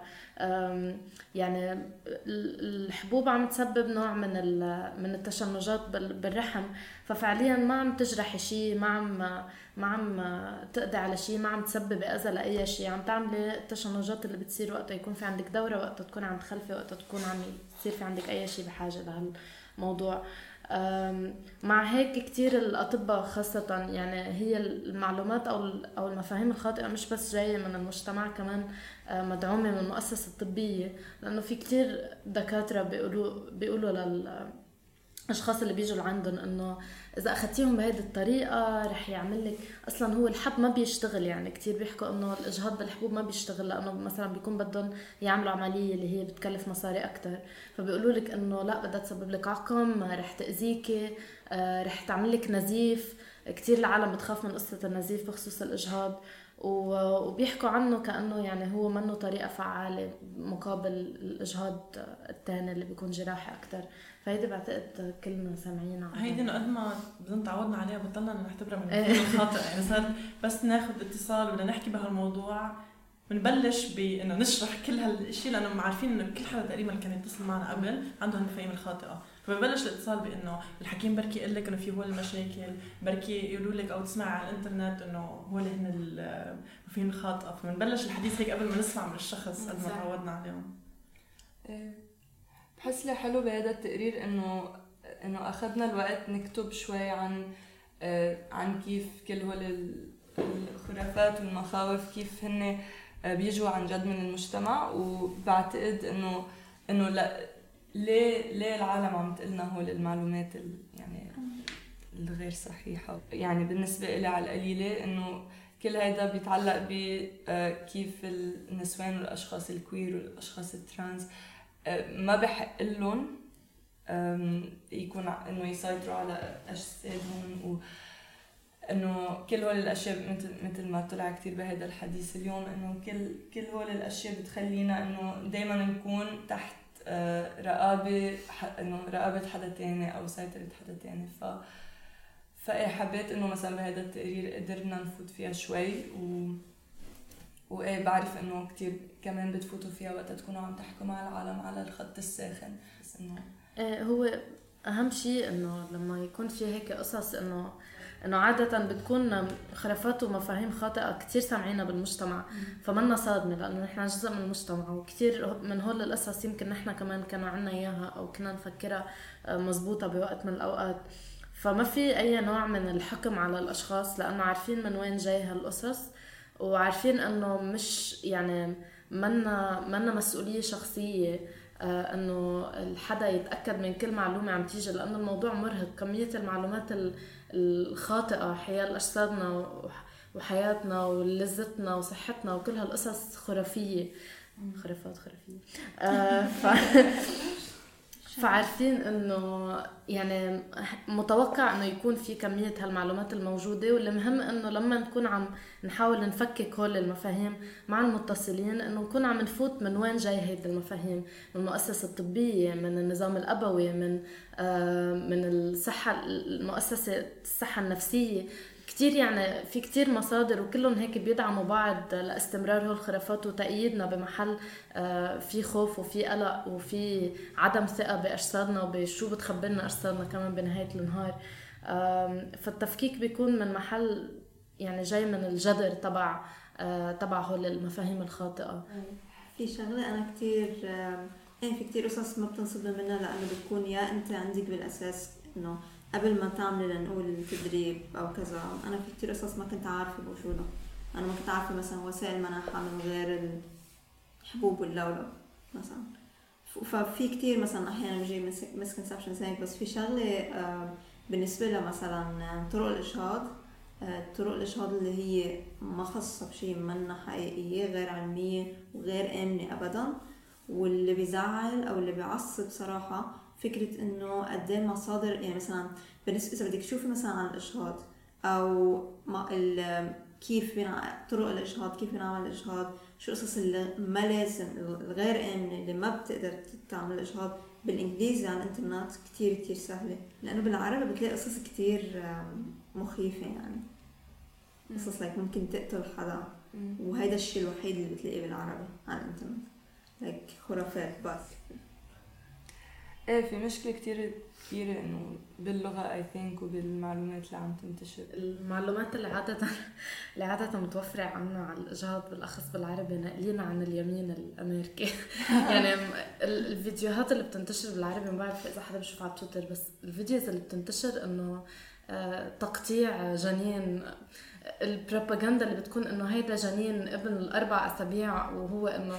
يعني الحبوب عم تسبب نوع من التشنجات بالرحم، ففعليا ما عم تجرحي شيء، ما عم تقضي على شيء، ما عم تسبب أذى لأي شيء، عم تعملي التشنجات اللي بتصير وقت يكون في عندك دورة، وقت تكون عم تخلفي، وقت تكون عم يصير في عندك أي شيء بحاجة لهالموضوع. مع هيك كتير الأطباء خاصة يعني هي المعلومات أو المفاهيم الخاطئة مش بس جاية من المجتمع، كمان مدعومة من المؤسسة الطبية، لأنه في كتير دكاترة بيقولوا الأشخاص اللي بيجوا لعندهم إنه إذا أخذتيهم بهذه الطريقة رح يعمل لك أصلاً هو الحب ما بيشتغل. يعني كتير بيحكوا إنه الإجهاض بالحبوب ما بيشتغل، لأنه مثلاً بيكون بدهم يعملوا عملية اللي هي بتكلف مصاري أكتر، فبيقولوا لك إنه لا بدها تسبب لك عقم، رح تأذيكي، رح تعمل لك نزيف. كتير العالم بتخاف من قصة النزيف بخصوص الإجهاض، وبيحكوا عنه كأنه يعني هو منه طريقة فعالة مقابل الإجهاض الثاني اللي بيكون جراحي أكتر. فهيدي بعتقد كلنا سامعين عنها. هيدي إنه قد ما بظن تعودنا عليها بطلنا نعتبرها من الخاطئ، يعني صار بس ناخد اتصال وبدنا نحكي بهالموضوع بنبلش بانه نشرح كل هالشيء لانه عارفين انه كل حدا تقريبا كان يتصل معنا قبل عنده المفاهيم الخاطئه، فببلش الاتصال بانه الحكيم بركي يقول لك انه في هول المشاكل، بركي يقولوا لك او تسمع على الانترنت انه هول هن المفاهيم الخاطئه، فبنبلش الحديث هيك قبل ما نسمع من الشخص قد ما تعودنا عليهم. بحس لي حلو بهذا التقرير انه اخذنا الوقت نكتب شوي عن كيف كل هول الخرافات والمخاوف كيف هن بيجوا عن جد من المجتمع، وبعتقد انه لا ليه العالم عم تقلنا هول المعلومات يعني الغير صحيحة. يعني بالنسبة إلي على القليلة انه كل هيدا بيتعلق بكيف النسوان والاشخاص الكوير والاشخاص الترانس ما بحق لهم يكون انه يسيطروا على اجسادهم، وانه كل هول الاشياء مثل ما طلع كتير بهذا الحديث اليوم انه كل هول الاشياء بتخلينا انه دائما نكون تحت رقابة حدا تاني او سيطرة حدا تاني. حبيت انه مثلا بهذا التقرير قدرنا نفوت فيها شوي وايه بعرف انه كتير كمان بتفوتوا فيها وقت تكونوا عم تحكوا مع العالم على الخط الساخن. بس انه هو اهم شيء انه لما يكون في هيك قصص انه عادة بتكون خرافات ومفاهيم خاطئة كتير سامعينها بالمجتمع، فمنا صادمة لأنه نحن جزء من المجتمع، وكتير من هول القصص يمكن نحن كمان كان عنا إياها أو كنا نفكرها مزبوطة بوقت من الأوقات. فما في أي نوع من الحكم على الأشخاص لأنه عارفين من وين جاي هالقصص، وعارفين أنه مش يعني منا مسؤولية شخصية أنه الحدا يتأكد من كل معلومة عم تيجي، لأنه الموضوع مرهق. كمية المعلومات الخاطئة حيال أجسادنا وحياتنا ولذتنا وصحتنا وكل هالقصص خرافية، خرافات خرافية. فعارفين انه يعني متوقع انه يكون في كمية هالمعلومات الموجودة، واللي مهم انه لما نكون عم نحاول نفكك هول المفاهيم مع المتصلين انه نكون عم نفوت من وين جاي هيدي المفاهيم، من المؤسسة الطبية، من النظام الأبوي، من الصحة، المؤسسة الصحة النفسية. كتير يعني في كتير مصادر وكلهم هيك بيدعموا بعض لاستمرار هول الخرافات وتأييدنا بمحل في خوف وفي قلق وفي عدم ثقة بأجسادنا وبشو بتخبرنا أجسادنا كمان بنهاية النهار. فالتفكيك بيكون من محل يعني جاي من الجذر تبع هول المفاهيم الخاطئة. في شغلة أنا كتير في كتير قصص ما بتنصدم منها لأنه بتكون يا أنت عندك بالأساس إنه قبل ما تعملي لنقول التدريب أو كذا. أنا في كتير قصص ما كنت عارفة بوجودها، أنا ما كنت عارفة مثلا وسائل مناعة من غير الحبوب واللولب مثلا. ففي كتير مثلا أحيانا بيجي misconceptions هيك. بس في شغلة بالنسبة لها مثلا طرق الإجهاض اللي هي ما خاصة بشيء منها حقيقية، غير علمية وغير آمنة أبدا. واللي بيزعل أو اللي بيعصب صراحة فكرة إنه قديه المصادر، يعني مثلا بالنسبة إذا بدك تشوفي مثلا عن الإجهاض أو كيف طرق الإجهاض، كيف بنعمل الإجهاض، شو قصص اللي ما لازم الغير آمنة اللي ما بتقدر تعمل الإجهاض بالإنجليزي على الإنترنت كتير سهلة. لأنه بالعربي بتلاقي قصص كتير مخيفة، يعني قصص ممكن تقتل حدا، وهيدا الشيء الوحيد اللي بتلاقيه بالعربي على الإنترنت، خرافات بس. في مشكلة كتير كبيرة انه باللغة I think وبالمعلومات اللي عم تنتشر. المعلومات اللي عادة متوفرة عنا على الإجهاض بالأخص بالعربي نقلينا عن اليمين الأمريكي. يعني الفيديوهات اللي بتنتشر بالعربي ما بعرف إذا حدا بشوف على تويتر، بس الفيديوز اللي بتنتشر انه تقطيع جنين، البروباغندا اللي بتكون انه هيدا جنين ابن 4 أسابيع وهو انه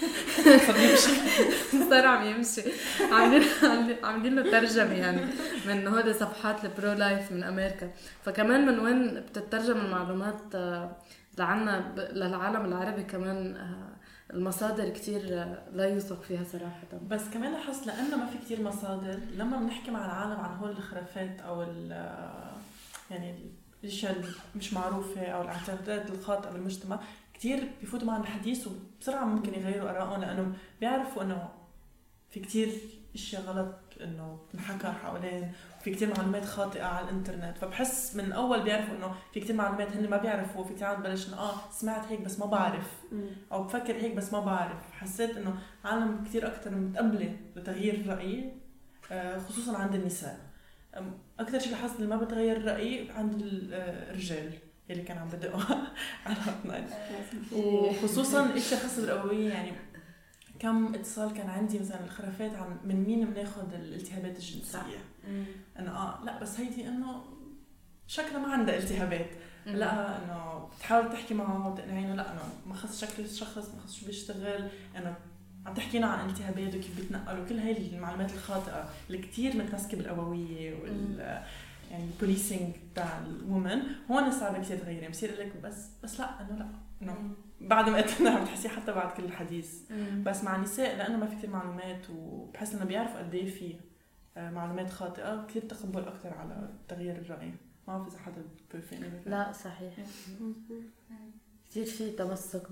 صار عم يمشي. عاملين له ترجمه يعني من هودي صفحات البرو لايف من امريكا. فكمان من وين بتترجم المعلومات لعنا للعالم العربي كمان المصادر كتير لا يوثق فيها صراحة. بس كمان لاحظت لأنه ما في كتير مصادر لما بنحكي مع العالم عن هول الخرافات أو يعني الاشياء مش معروفة أو الاعتقادات الخاطئة بالمجتمع، كتير بيفوتوا معنا الحديث وبسرعة ممكن يغيروا آرائهم، لأنه بيعرفوا أنه في كتير اشياء غلط انه تنحكى حوالين، في كتير معلومات خاطئه على الانترنت. فبحس من اول بيعرفوا انه في كتير معلومات هن ما بيعرفوا، في كتير عم ببلش انه سمعت هيك بس ما بعرف، او بفكر هيك بس ما بعرف. حسيت انه عالم كتير اكثر متقبله لتغيير الراي، خصوصا عند النساء. اكثر شيء لاحظت اللي ما بتغير الراي عند الرجال اللي كان عم بدقوا على هotline، وخصوصا الاشياء خاصه بالابويه. يعني كم اتصال كان عندي مثلا الخرافات عن من مين بناخذ الالتهابات الجنسيه، انا لا بس هيدي انه شكلها ما عندها التهابات، لا انه بتحاول تحكي معه وتقنعينه لا انه ما خص شكل الشخص، ما خص شو بيشتغل، انه عم تحكينا عن التهابات وكيف بيتنقل وكل هاي المعلومات الخاطئه اللي كثير متمسكه بالابويه يعني البوليسينج تاع الومن. هون صعب كثير تغيري، بصير لك بس لا انه بعد ما قلتنا بتحسي حتى بعد كل الحديث. بس مع النساء لانه ما في كثير معلومات، وبحس انه بيعرفوا قد ايه في معلومات خاطئه، كثير تقبل اكثر على تغيير الراي. ما بعرف اذا حدا بيوافقني. لا صحيح، كثير في تمسك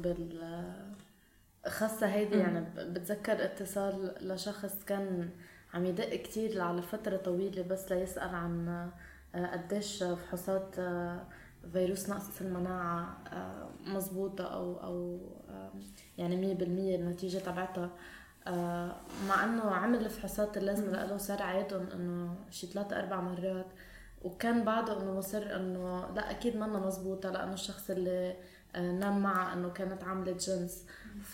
خاصة هيدي. يعني بتذكر اتصال لشخص كان عم يدق كتير على فترة طويلة بس ليسأل عن قديش فحوصات فيروس نقص المناعة مزبوطة أو يعني 100% النتيجة تبعتها، مع أنه عمل الفحوصات اللازمة لأنه صار عادهم أنه شي 3-4 مرات، وكان بعده أنه مصر أنه لا أكيد منا مزبوطة لأنه الشخص اللي نام معه أنه كانت عاملة جنس.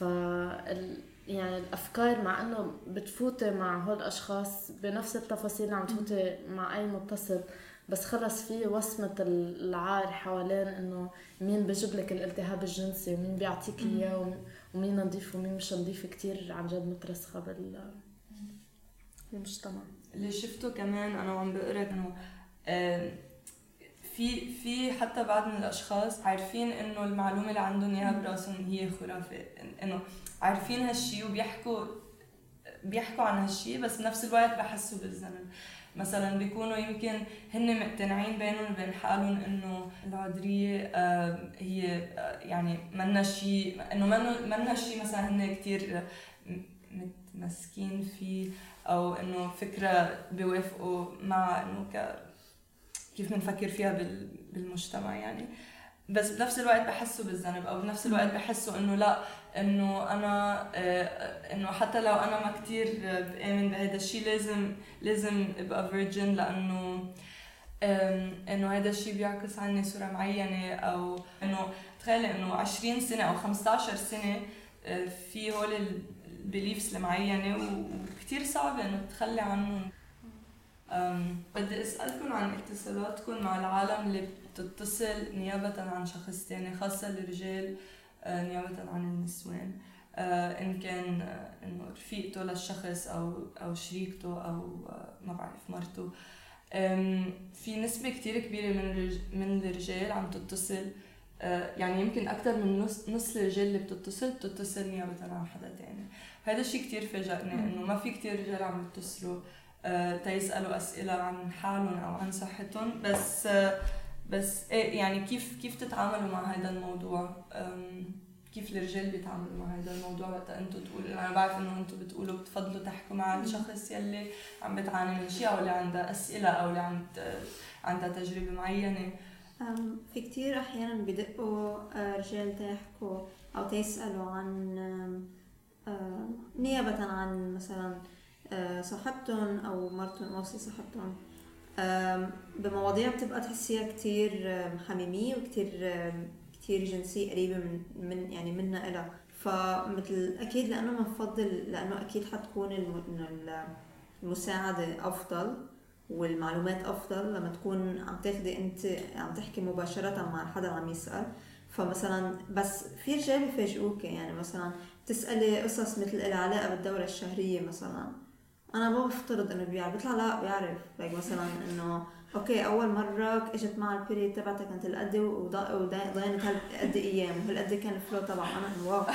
يعني الأفكار مع أنه بتفوتي مع هول الأشخاص بنفس التفاصيل اللي عم تفوتي مع أي متصل، بس خلص في وصمة العار حوالين أنه مين بيجيب لك الالتهاب الجنسي ومين بيعطيك إياه ومين نظيف ومين مش نظيف، كتير عن جد مترسخة بالمجتمع. اللي شفته كمان أنا وعم بقرأ إنه في حتى بعض من الأشخاص عارفين إنه المعلومة اللي عندهم إياها براسهم هي خرافة، إنه عارفين هالشي وبيحكوا عن هالشي، بس بنفس الوقت بحسوا بالذنب. مثلا بيكونوا يمكن هن مقتنعين بينهم وبين حالهم إنه العذرية هي يعني منا شيء، إنه منا شيء مثلا هن كتير متمسكين فيه، أو إنه فكرة بيوافقوا مع إنه كيف بنفكر فيها بالمجتمع يعني. بس بنفس الوقت بحسوا بالذنب، او بنفس الوقت بحسوا انه لا، انه انا انه حتى لو انا ما كتير بآمن بهذا الشيء لازم ابقى فيرجن، لانه انه هذا الشيء بيعكس عني صورة معينة، او انه تخيلي انه 20 سنة او 15 سنة في هول البيليفز المعينة وكتير صعب انه تتخلي عنهم. بدي أسألكم عن اتصالاتكم مع العالم اللي بتتصل نيابة عن شخص تاني، خاصة الرجال نيابة عن النسوان، إن كان إنه رفيقته للشخص أو شريكته أو ما بعرف مرته. في نسبة كتير كبيرة من الرجال عم تتصل، يعني يمكن أكتر من نص الرجال اللي بتتصل نيابة عن حدا تاني. هذا الشيء كتير فاجأني، إنه ما في كتير رجال عم يتصلوا تيسألوا أسئلة عن حالهم أو عن صحتهم. بس يعني كيف تتعاملوا مع هذا الموضوع؟ كيف الرجال بيتعاملوا مع هذا الموضوع وقت أنتوا تقولوا؟ أنا بعرف إنه أنتوا بتقولوا بتفضلوا تحكوا مع الشخص يلي عم بتعاني من شيء، أو اللي عنده أسئلة، أو اللي عندها تجربة معينة. في كتير أحيانا بدقوا رجال تحكوا أو تيسألوا عن نيابة عن مثلا صاحبتهم أو مرتهم أو صاحبتهم بمواضيع بتبقى تحسيها كتير حميمية وكتير جنسية قريبة من يعني منا إلها. فمثل أكيد لأنه منفضل، لأنه أكيد حتكون المساعدة أفضل والمعلومات أفضل لما تكون عم تاخدي أنت عم تحكي مباشرة مع حدا عم يسأل. فمثلا بس في رجال بيفاجئوك، يعني مثلا تسألي قصص مثل العلاقة بالدورة الشهرية مثلا، أنا ما بفترض إنه بيعرف، بيطلع لا بيعرف. مثلا إنه أوكي أول مرة إجت مع البيريد تبعتها كانت القد وضاينت هالقد أيام وهالقد كان الفلو طبعا. أنا إنه واو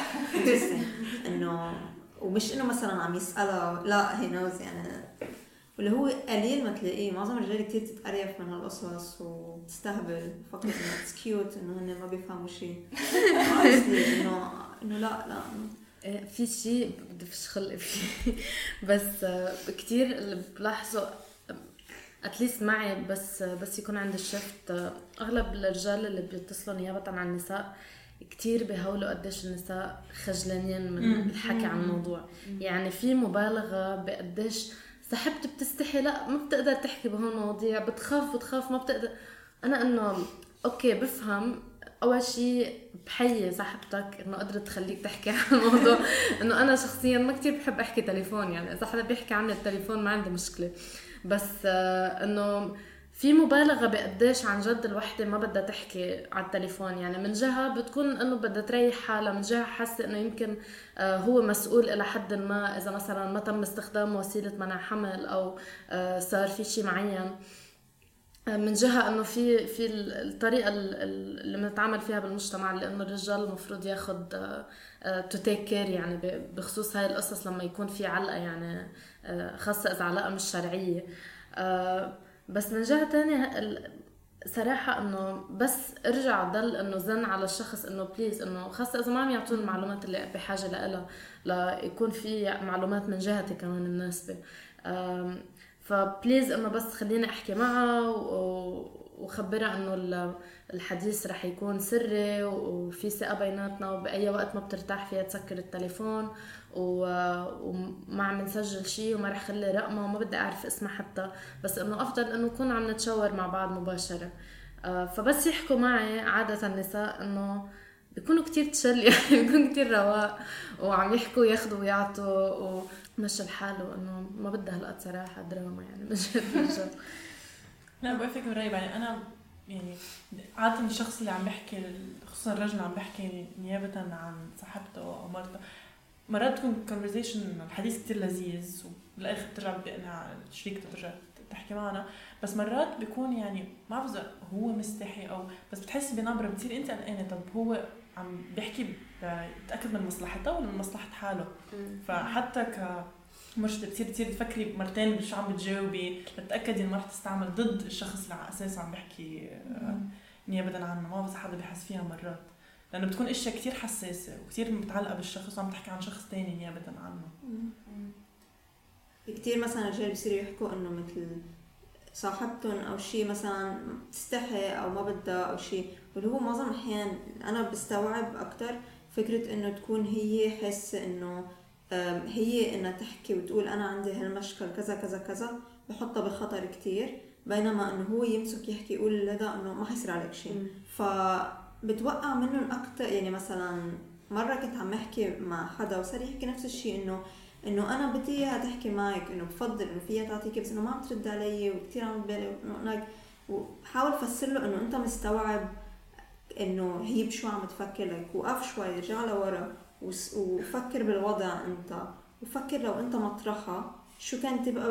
إنه ومش إنه مثلا عم يسألها، لا هي نوز يعني، واللي هو قليل ما تلاقيه. معظم الرجال كتير تتقرف من هالقصص وتستهبل، فكرة إنه it's cute إنه هن ما بيفهموا شيء. إنه لا في شيء بدي فيش خلق فيه بس كتير اللي بلاحظه اتليست معي بس يكون عندي الشفت اغلب الرجال اللي بيتصلوا نيابة عن النساء كتير بيهولوا قديش النساء خجلانين من الحكي عن الموضوع. يعني في مبالغة بقديش صاحبتي بتستحي، لا ما بتقدر تحكي بهون مواضيع، بتخاف ما بتقدر. انا انه اوكي بفهم، اول شيء بحيي صاحبتك انه قدرت تخليك تحكي عن الموضوع. انه انا شخصيا ما كتير بحب احكي تليفون، يعني اذا حدا بيحكي عني التليفون ما عندي مشكله، بس انه في مبالغه بقديش عن جد الوحده ما بدها تحكي على التليفون. يعني من جهه بتكون انه بدها تريح حالها، من جهه حاسه انه يمكن هو مسؤول الى حد ما اذا مثلا ما تم استخدام وسيله منع حمل او صار في شيء معين. من جهة انه في الطريقة اللي بنتعامل فيها بالمجتمع، اللي انه الرجال المفروض ياخد تو تيك كير يعني بخصوص هاي القصص لما يكون في علقة، يعني خاصة اذا علقة مش شرعية. بس من جهة تانية صراحة انه بس ارجع ضل انه زن على الشخص انه بليز، انه خاصة اذا ما عم يعطون المعلومات اللي بحاجة لها، ليكون في معلومات من جهتي كمان مناسبة. فبليز انه بس خليني احكي معها وخبرها انه الحديث رح يكون سري وفي ثقة بيناتنا، وبأي وقت ما بترتاح فيها تسكر التليفون وما عم نسجل شيء وما رح خلي رقمها وما بدي اعرف اسمها حتى، بس انه افضل انه نكون عم نتشاور مع بعض مباشرة. فبس يحكوا معي عادة النساء انه بيكونوا كتير تشل، يعني بيكون كتير رواق وعم يحكوا ياخدوا ويعطوا ومشي الحال، وانه ما بدها هالقد صراحة دراما يعني من جد. لا بوافق برأيي. يعني انا يعني عادة الشخص اللي عم بحكي، خصوصا الرجل عم بحكي نيابة عن صاحبته او مرته، مرات تكون conversation الحديث كتير لذيذ وبالاخر بترجع بتقنع شريكته ترجع تحكي معنا، بس مرات بيكون يعني ما بعرف اذا هو مستحي او بس بتحسي بنبره بتصير انت قلقانه، طب هو عم بيحكي بتاكد من مصلحته ولا من مصلحه حاله. فحتى كمرشده بتصير تفكري مرتين بشو عم بتجاوبي لتتاكدي انه ما رح تستعمل ضد الشخص اللي على اساسه عم بحكي نيابه عنه. ما بس حدا بيحس فيها مرات لانه بتكون اشياء كتير حساسه وكتير متعلقه بالشخص وعم تحكي عن شخص تاني نيابه عنه. كتير مثلا رجال بيصيروا يحكوا انه مثل صاحبتهم او شيء مثلا تستحي او ما بدها او شيء، واللي هو معظم الاحيان انا بستوعب اكتر فكره انه تكون هي حاسه انه هي انها تحكي وتقول انا عندي هالمشكل كذا كذا كذا، بحطها بخطر كتير، بينما انه هو يمسك يحكي يقول لها انه ما حيصير عليك شيء، فبتوقع منهم اكتر. يعني مثلا مره كنت عم احكي مع حدا وصار يحكي نفس الشيء، انه انا بدي اياها تحكي معك، انه بفضل انه فيها تعطيكي، بس انه ما عم ترد علي وكثير عم تبالي، وحاول افسر له انه انت مستوعب انه هي بشو عم تفكر لك، وقف شوي رجع لورا وفكر بالوضع انت، وفكر لو انت مطرحها شو كانت تبقى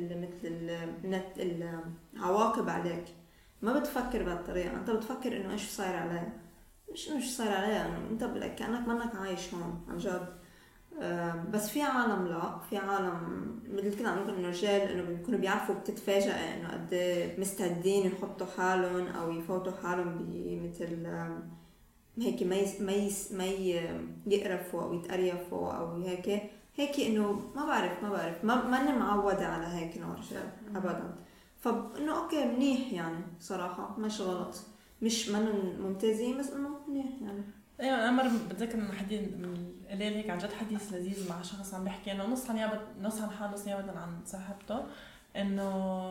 مثل العواقب عليك. ما بتفكر بهالطريقه، انت بتفكر انه ايش صاير عليها، مش صاير عليها، انه انت كانك منك عايش هون عن جد. بس في عالم لا، في عالم مثل كنا عم نقول انه الرجال انه بيكونوا بيعرفوا بتتفاجئ انه قد مستعدين يحطوا حالهم او يفوتوا حالهم بمثل هيك ما يقرفوا او يتقريفوا او هيك انه ما بعرف ما انا معوده على هيك نوع رجال ابدا. فانه اوكي منيح يعني صراحه، مش غلط، مش من ممتازين، بس انه منيح يعني. ايوه انا مره بتذكر انه حديث من الليل هيك عن جد حديث لذيذ مع شخص عم بيحكي انه نص عن حاله نص نيابه عن صاحبته، انه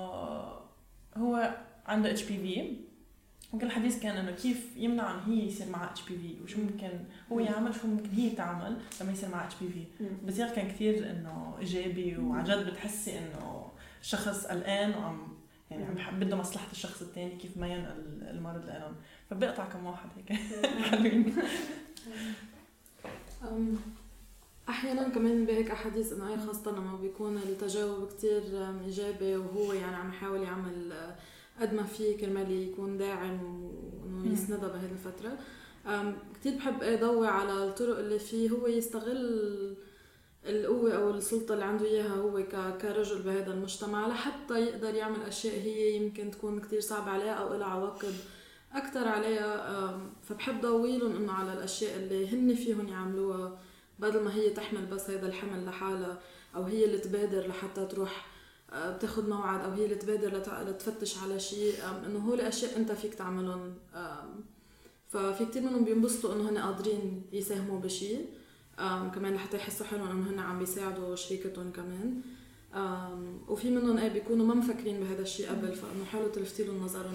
هو عنده HPV، وكل الحديث كان انه كيف يمنع انه هي يصير معها HPV وشو ممكن هو يعمل، شو ممكن هي تعمل لما يصير معها HPV. بس كان كثير انه ايجابي، وعن جد بتحسي انه الشخص قلقان وعم يعني عم بده مصلحه الشخص الثاني كيف ما ينقل المرض لهم. فبقطع كم واحد هيك حلوين. احيانا كمان بهيك احاديث انه خاصه لما بيكون التجاوب كتير ايجابي وهو يعني عم يحاول يعمل قد ما فيه كرمال يكون داعم وانه يسندها بهذه الفتره. كتير بحب اضوي على الطرق اللي فيه هو يستغل القوة أو السلطة اللي عنده إياها هو كرجل بهذا المجتمع لحتى يقدر يعمل أشياء هي يمكن تكون كتير صعبة عليها أو إلها عواقب أكتر عليها. فبحب ضويلهم إنه على الأشياء اللي هن فيهم يعملوها بدل ما هي تحمل بس هيدا الحمل لحالها، أو هي اللي تبادر لحتى تروح بتاخد موعد، أو هي اللي تبادر لتفتش على شيء، إنه هول أشياء أنت فيك تعملهم. ففي كتير منهم بينبسطوا إنه هن قادرين يساهموا بشيء، كمان لحتى يحسوا حالهم إنه هن عم بيساعدوا شريكتهم كمان. وفي منهم بيكونوا ما مفكرين بهذا الشيء قبل، فإنه حاولوا تلفتيلهم نظرهم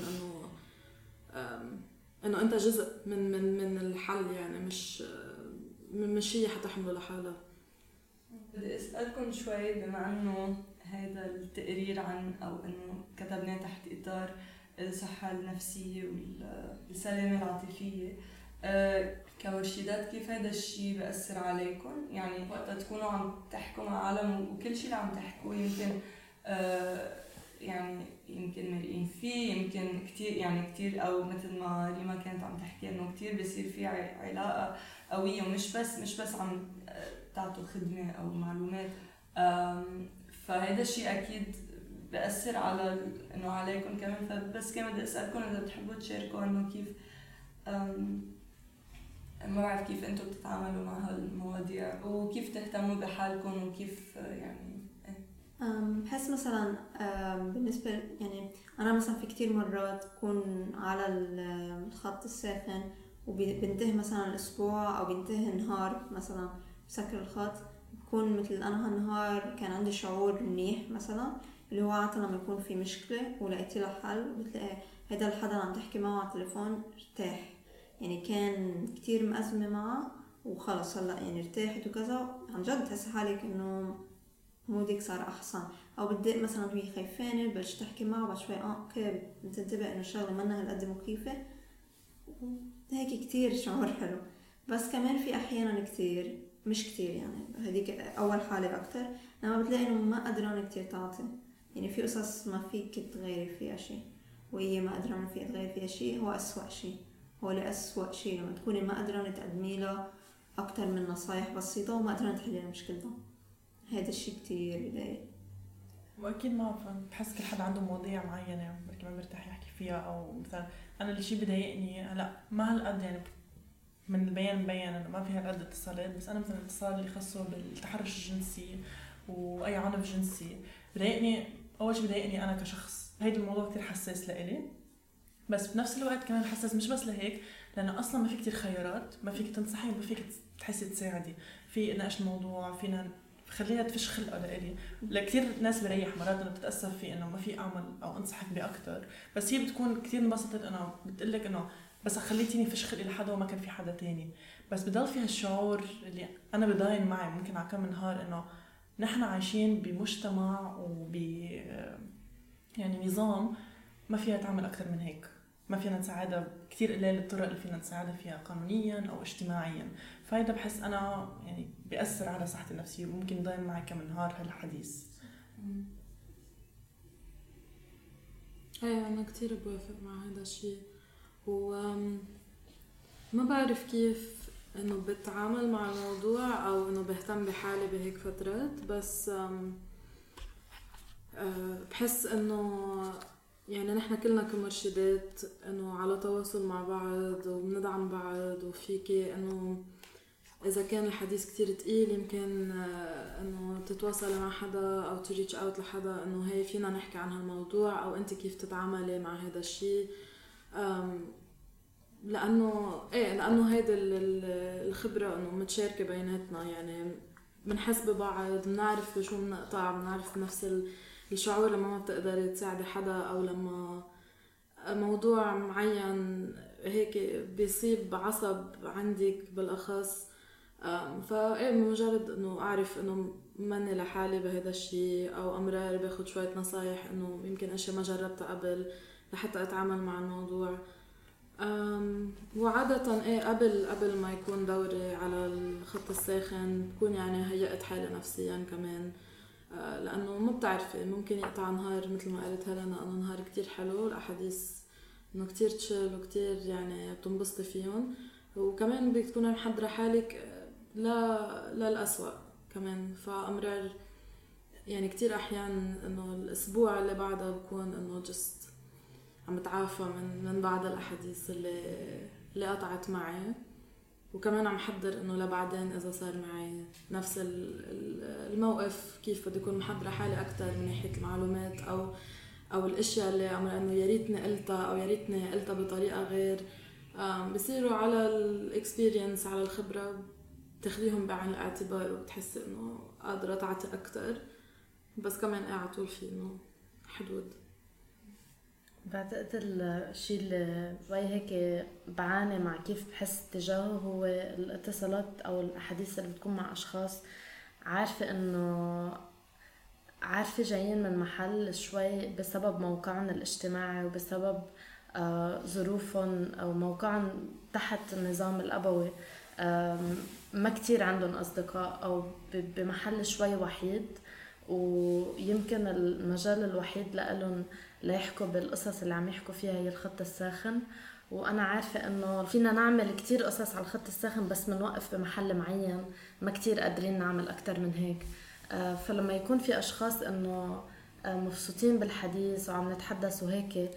إنه أنت جزء من الحل، يعني مش هي حتحمله لحالها. بدي أسألكم شوي، بما إنه هذا التقرير عن أو إنه كتبناه تحت إطار الصحة النفسية والسلامة العاطفية، كمرشدات كيف هذا الشيء بأثر عليكم؟ يعني وقت تكونوا عم تحكوا مع عالم وكل شيء اللي عم تحكوا يمكن يعني يمكن مرئين فيه، يمكن كتير أو مثل ما ريما كانت عم تحكي إنه كتير بيصير في علاقة قوية، ومش بس عم تعطوا خدمة أو معلومات. فهذا الشيء أكيد بأثر على إنه عليكم كمان. فبس كمان بدي أسألكم إذا بتحبوا تشاركوا إنه كيف ما بعرف كيف أنتم بتتعاملوا مع هالمواضيع وكيف تهتموا بحالكم وكيف يعني. بحس مثلا بالنسبة يعني أنا مثلا في كتير مرات بكون على الخط الساخن وبنتهي مثلا الأسبوع أو بينتهي النهار، مثلا بسكر الخط بكون مثل أنا هالنهار كان عندي شعور منيح مثلا، اللي هو عادة لما يكون في مشكلة ولقيتي له حل بتلاقي هيدا الحدا اللي عم تحكي معه على التليفون ارتاح، يعني كان كتير مأزمة معه وخلص هلأ يعني ارتاحت وكذا، عن جد تحسي حالك إنه مودك صار أحسن. أو بتضايق مثلا وهي خايفانة بلش تحكي معه بعد شوي أوكي بتنتبه إنه الشغلة منها هالقد مخيفة، هيك كتير شعور حلو. بس كمان في أحيانا كتير مش كتير، يعني هذيك أول حالة أكتر لما بتلاقي إنه ما قدران كتير تعطي، يعني في قصص ما فيك تغيري فيها شيء وهي ما قدران فيها تغير فيها شيء، هو أسوأ شيء، هو لأسوأ شيء لما تكوني ما قدران تقدمي له أكتر من نصايح بسيطة وما قدران تحلي له مشكلته. هذا الشيء كتير بضايق. واكيد ما بحس كل حد عنده مواضيع معينه بركي ما مرتاح يحكي فيها، او مثلا انا الشيء بضايقني هلا ما هالقد يعني من البيان مبين انه ما في هالقد اتصالات، بس انا مثلا الاتصال اللي خاصه بالتحرش الجنسي واي عنف جنسي بضايقني. اول شيء بضايقني انا كشخص، هيدا الموضوع كتير حساس لإلي، بس بنفس الوقت كمان حساس مش بس لهيك لانه اصلا ما في كتير خيارات، ما فيك تنصحي ما فيك تحسي تساعدي في ناقش الموضوع، فينا خليها تفش خلقه لإلي. لكثير ناس بريح مرات انه بتتاسف في انه ما في اعمل او انصحك باكثر، بس هي بتكون كثير انبسطت انه بتقلك انه بس خليتيني فش خلقي لحدا وما كان في حدا تاني. بس بضل في هالشعور اللي انا بضاين معي ممكن على كم نهار انه نحن عايشين بمجتمع يعني نظام ما فيها تعمل اكثر من هيك، ما فينا نساعدها كثير قليل الطرق اللي فينا نساعدها فيها قانونيا او اجتماعيا. فهذا بحس انا يعني بيأثر على صحتي النفسية وممكن يضاين معي كم نهار هالحديث. انا كتير بوافق مع هذا الشيء، وما بعرف كيف انه بتعامل مع الموضوع او انه بهتم بحالي بهيك فترات، بس بحس انه يعني نحن كلنا كمرشدات انه على تواصل مع بعض وبندعم بعض، وفيكي انه اذا كان الحديث كتير تقيل يمكن انه تتواصلي مع حدا او تريتش اوت لحدا انه هي فينا نحكي عن هالموضوع او انت كيف تتعاملي مع هذا الشيء، لانه هيدا الخبره انه متشاركه بيناتنا، يعني بنحس ببعض، بنعرف شو بنقطع، بنعرف نفس الشعور لما ما بتقدري تساعدي حدا او لما موضوع معين هيك بيصيب عصب عندك بالاخص. مجرد انه اعرف انه ماني لحالي بهذا الشيء، او امرار باخد شويه نصايح انه يمكن اشياء ما جربتها قبل لحتى اتعامل مع الموضوع. وعادة قبل ما يكون دوري على الخط الساخن بكون يعني هيأت حالي نفسيا كمان، لأنه ما بتعرفي ممكن يقطع نهار مثل ما قالت هلنا أنه نهار كتير حلو، الأحاديث إنه كتير تشل وكتير يعني بتنبسطي فيهم، وكمان بتكوني محضرة حالك للأسوأ كمان. فأمرار يعني كتير أحيان إنه الأسبوع اللي بعدها بكون إنه جست عم بتعافى من بعض الأحاديث اللي قطعت معي، وكمان عم حضر انه لبعدين اذا صار معي نفس الموقف كيف بدي اكون محضره حالي اكثر من ناحيه المعلومات او الاشياء اللي انه يا ريتني قلتها او يا ريتني قلتها بطريقه غير. بصيروا على الاكسبيرينس، على الخبره تاخذيهم بعين الاعتبار وبتحسي انه قادره تعطي اكثر، بس كمان على طول في انه حدود. بعتقد الشيء اللي هيك بعاني مع كيف بحس تجاهه هو الاتصالات او الاحاديث اللي بتكون مع اشخاص عارفة جايين من محل شوي بسبب موقعهم الاجتماعي وبسبب ظروفهم او موقعهم تحت النظام الابوي، ما كتير عندهم اصدقاء او بمحل شوي وحيد، ويمكن المجال الوحيد لهم ليحكوا بالقصص اللي عم يحكوا فيها هي الخط الساخن. وانا عارفة انه فينا نعمل كتير قصص على الخط الساخن بس منوقف بمحل معين، ما كتير قادرين نعمل اكتر من هيك. فلما يكون في اشخاص انه مبسوطين بالحديث وعم نتحدث وهيك،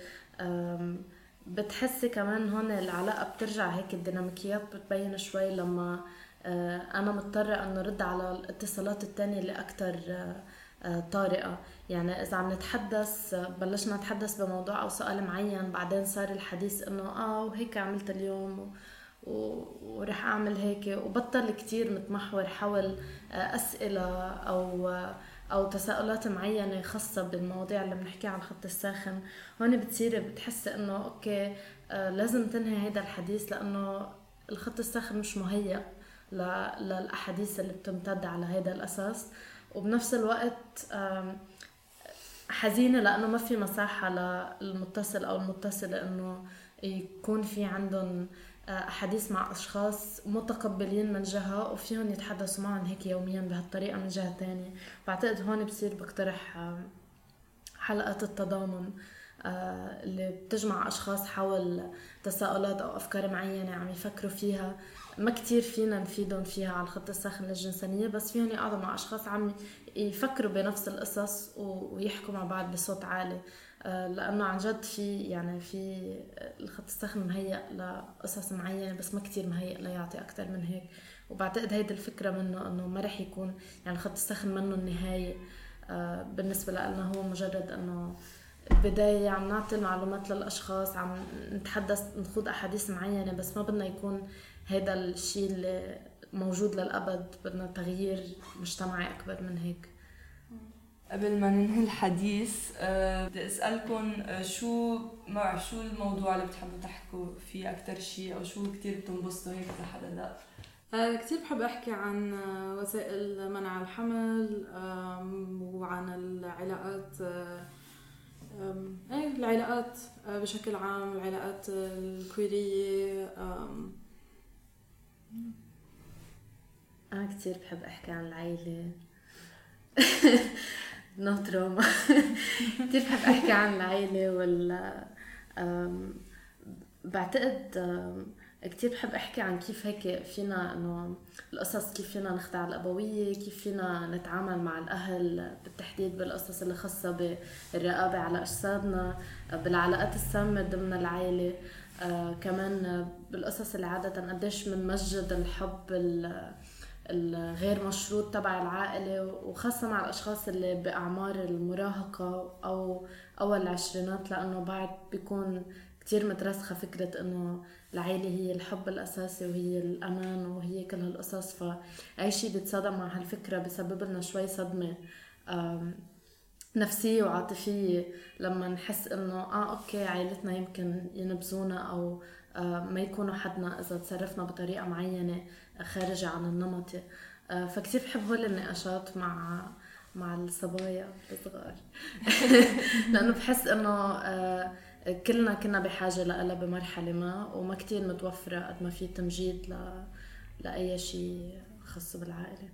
بتحسي كمان هون العلاقة بترجع هيك، الديناميكيات بتبين شوي لما انا مضطرة انه رد على الاتصالات التانية اللي اكتر طارئة. يعني اذا عم نتحدث بلشنا نتحدث بموضوع او سؤال معين، بعدين صار الحديث انه وهيك عملت اليوم ورح اعمل هيك، وبطل كتير متمحور حول اسئلة او تساؤلات معينة خاصة بالمواضيع اللي بنحكيها على الخط الساخن. هون بتصير بتحس انه اوكي لازم تنهي هيدا الحديث، لانه الخط الساخن مش مهيأ للأحاديث اللي بتمتد على هيدا الأساس. وبنفس الوقت حزينة لأنه ما في مساحة للمتصل أو المتصلة أنه يكون في عندهم أحاديث مع أشخاص متقبلين من جهة وفيهم يتحدثوا معهم هيك يوميا بهالطريقة من جهة تانية. بعتقد هون بصير بقترح حلقة التضامن اللي بتجمع أشخاص حول تساؤلات أو أفكار معينة عم يفكروا فيها، ما كتير فينا نفيدهم فيها على الخط الساخن للجنسانية، بس فيهم يقعدوا مع أشخاص عم يفكروا بنفس القصص ويحكوا مع بعض بصوت عالي، لأنه عن جد في الخط الساخن مهيأ لقصص معينة بس ما كتير مهيأ ليعطي أكتر من هيك. وبعتقد هيدا الفكرة منه أنه ما رح يكون يعني الخط الساخن منه النهاية بالنسبة لنا، هو مجرد أنه بداية عم نعطي المعلومات للأشخاص، عم نتحدث نخوض أحاديث معينة، بس ما بدنا يكون هذا الشيء اللي موجود للأبد، بدنا تغيير مجتمعي أكبر من هيك. قبل ما ننهي الحديث بدي أسألكم شو الموضوع اللي بتحبوا تحكوا فيه أكتر شيء، أو شو كتير بتنبسطوا هيك لحدا لا؟ كتير بحب أحكي عن وسائل منع الحمل وعن العلاقات، العلاقات بشكل عام، العلاقات الكويرية. أنا كتير بحب أحكي عن العائلة نو تروما كتير بحب أحكي عن العائلة بعتقد كتير بحب أحكي عن كيف هيك فينا إنه القصص، كيف فينا نخضع الأبوية، كيف فينا نتعامل مع الأهل بالتحديد بالقصص اللي خاصة بالرقابة على أجسادنا، بالعلاقات السامة ضمن العائلة، كمان بالقصص اللي عادة قديش منمجد الحب الغير مشروط تبع العائلة، وخاصة مع الأشخاص اللي بأعمار المراهقة أو أول العشرينات، لأنه بعد بيكون كتير مترسخة فكرة إنه العائلة هي الحب الأساسي وهي الأمان وهي كل هالقصص. فأي شيء بيتصادم مع هالفكرة بسبب لنا شوي صدمة نفسية وعاطفية لما نحس إنه أوكي عائلتنا يمكن ينبذونا أو ما يكونوا حدنا إذا تصرفنا بطريقة معينة خارجة عن النمط. فكتير بحب هول النقاشات مع الصبايا الصغار لأنه بحس إنه كلنا كنا بحاجة لها بمرحلة ما، وما كتير متوفرة قد ما في تمجيد لأي شيء خاص بالعائلة.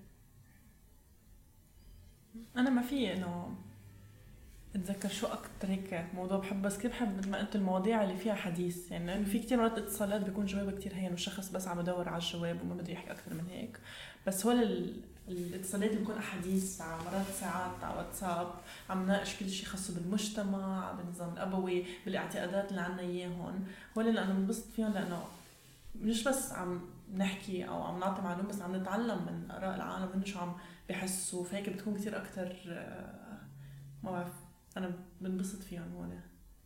أنا ما في إنه اتذكر شو أكتر هيك موضوع بحب، بس كيف بحب مثل ما قلت المواضيع اللي فيها حديث، يعني في كتير مرات اتصالات بيكون جوابها كتير هين والشخص بس عم يدور على الجواب وما بده يحكي أكتر من هيك، بس هو الاتصالات اللي بيكون أحاديث مرات ساعات على واتساب عم ناقش كل شيء خاصه بالمجتمع، بالنظام الأبوي، بالاعتقادات اللي عنا إياهم، هو اللي أنا بنبسط فيهم، لأنه مش بس عم نحكي او عم نعطي معلومه، بس عم نتعلم من اراء العالم هن شو عم بحسوا، فهيك بتكون كتير اكتر ما بعرف، انا بنبسط فيهم هون.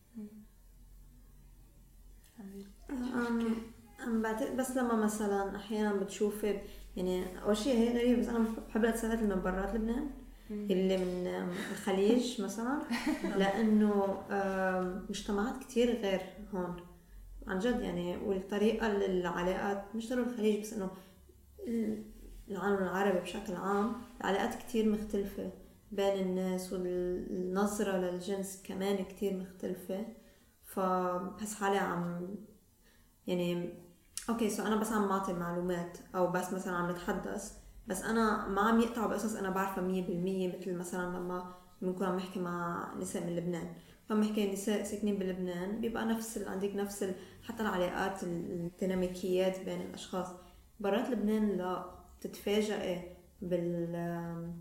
بعتقد بس لما مثلا احيانا بتشوفي يعني اول شيء هي غريبه، بس انا بحب الاتساعات اللي من برات لبنان اللي من الخليج مثلا، لانه مجتمعات كتير غير هون عن جد يعني، والطريقه للعلاقات مش ضروري الخليج بس انه العالم العربي بشكل عام العلاقات كتير مختلفه بين الناس، والنظره للجنس كمان كتير مختلفه. فبحس حالي عم يعني اوكي سو انا بس عم بعطي معلومات او بس مثلا عم نتحدث، بس انا ما عم يقطعوا بقصص انا بعرفها 100%. مثل مثلا لما بنكون عم نحكي مع نساء من لبنان، فلما نحكي نساء ساكنين بلبنان بيبقى نفس عندك نفس حتى العلاقات الديناميكيات بين الاشخاص. برات لبنان لا، تتفاجئي بالنوع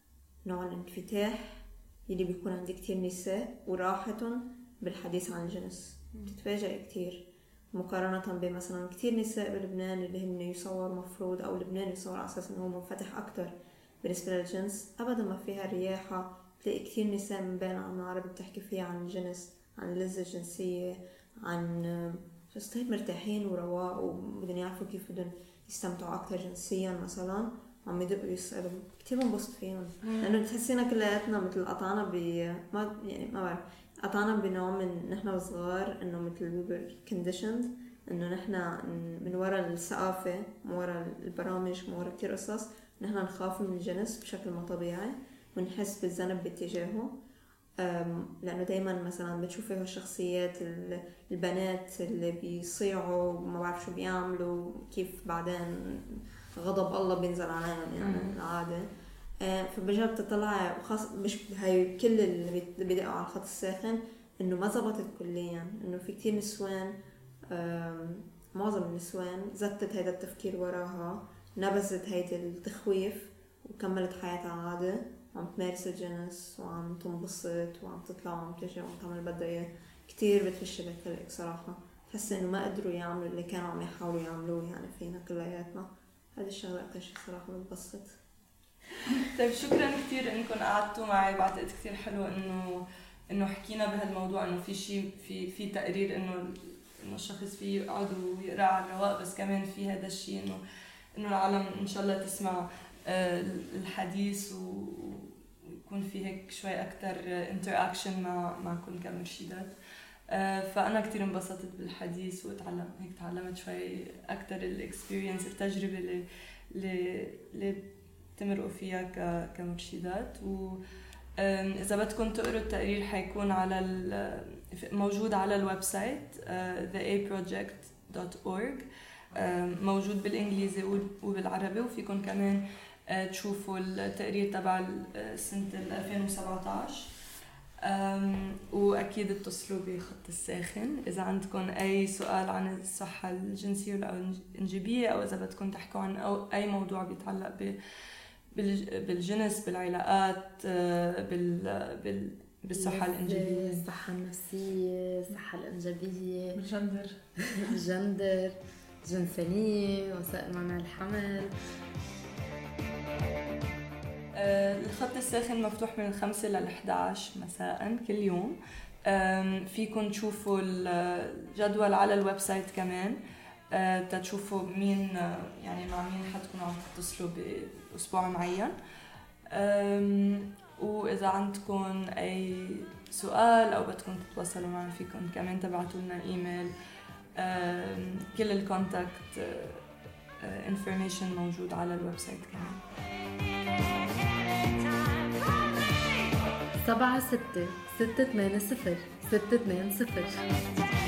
الانفتاح اللي بيكون عندي كتير نساء وراحتهم بالحديث عن الجنس، تتفاجئي كتير مقارنة بمثلا كتير نساء بلبنان اللي هن يصور مفروض أو لبنان يصور على أساس إنه هو منفتح أكتر بالنسبة للجنس، أبدا ما فيها الرياحة. تلاقي كتير نساء من بين العالم العربي بتحكي فيها عن الجنس، عن اللذة الجنسية، عن شخصيات مرتاحين ورواق وبدهم يعرفوا كيف بدهم يستمتعوا أكتر جنسيا مثلا، عم يدقوا يسألوا كتير بنبسط فيهم، لأنه بتحسينا كلياتنا مثل قطعنا ما يعني ما بعرف قطعنا بنوع من نحن وصغار انه مثل we were conditioned انه نحن من وراء الثقافة، من وراء البرامج، من وراء كتير قصص نحن نخاف من الجنس بشكل ما طبيعي ونحس بالذنب باتجاهه. لأنه دايما مثلا بتشوفي هالشخصيات البنات اللي بيصيعوا وما بعرف شو بيعملوا كيف بعدين غضب الله بينزل عليهم يعني العادة. فبجرب تطلع وخاص مش هاي كل اللي بيدقوا على الخط الساخن انه ما زبطت كليا، انه في كتير نسوان معظم النسوان زتت هيدا التفكير وراها، نبذت هيدا التخويف وكملت حياتها عادة، وعم تمارس الجنس وعم تنبسط وعم تطلع وعم تجي وعم تعمل بدها اياه. كتير بتفشل الخلق صراحة، تحس انه ما قدروا يعملوا اللي كانوا عم يحاولوا يعملوه يعني فينا كلياتنا. هذا الشغلة أكتر شيء صراحة بتبسط. طيب شكرا كثير انكم قعدتوا معي، بعتقد كثير حلو انه حكينا بهالموضوع، انه في شيء في تقرير انه الشخص فيه يقعد ويقرا على الرواق، بس كمان في هذا الشيء انه العالم ان شاء الله تسمع الحديث ويكون في هيك شوي اكثر انتراكشن معكم كمرشدات. فانا كثير انبسطت بالحديث تعلمت شوي اكثر الاكسبيرينس، التجربه اللي تمرقوا فيها كمرشدات. وإذا بدكم تقروا التقرير حيكون موجود على الويب سايت theaproject.org، موجود بالإنجليزي وبالعربي، وفيكم كمان تشوفوا التقرير تبع سنة 2017. وأكيد اتصلوا بخط الساخن إذا عندكم أي سؤال عن الصحة الجنسية والإنجابية، أو إذا بدكم تحكوا عن أي موضوع بيتعلق بالجنس، بالعلاقات، بالصحة الإنجابية، الصحة النفسية، الصحة الإنجابية، الجندر، الجنسانية، وسائل منع الحمل. الخط الساخن مفتوح من 5 ل 11 مساء كل يوم. فيكم تشوفوا الجدول على الويب سايت كمان، تشوفوا مين يعني مع مين حتكونوا عم تتصلوا بأسبوع معين. وإذا عندكم أي سؤال أو بدكم تتواصلوا معنا فيكم كمان تبعتوا لنا إيميل. كل الكونتاكت information موجود على الويب سايت كمان. 7 6 6 8 0 6 2 0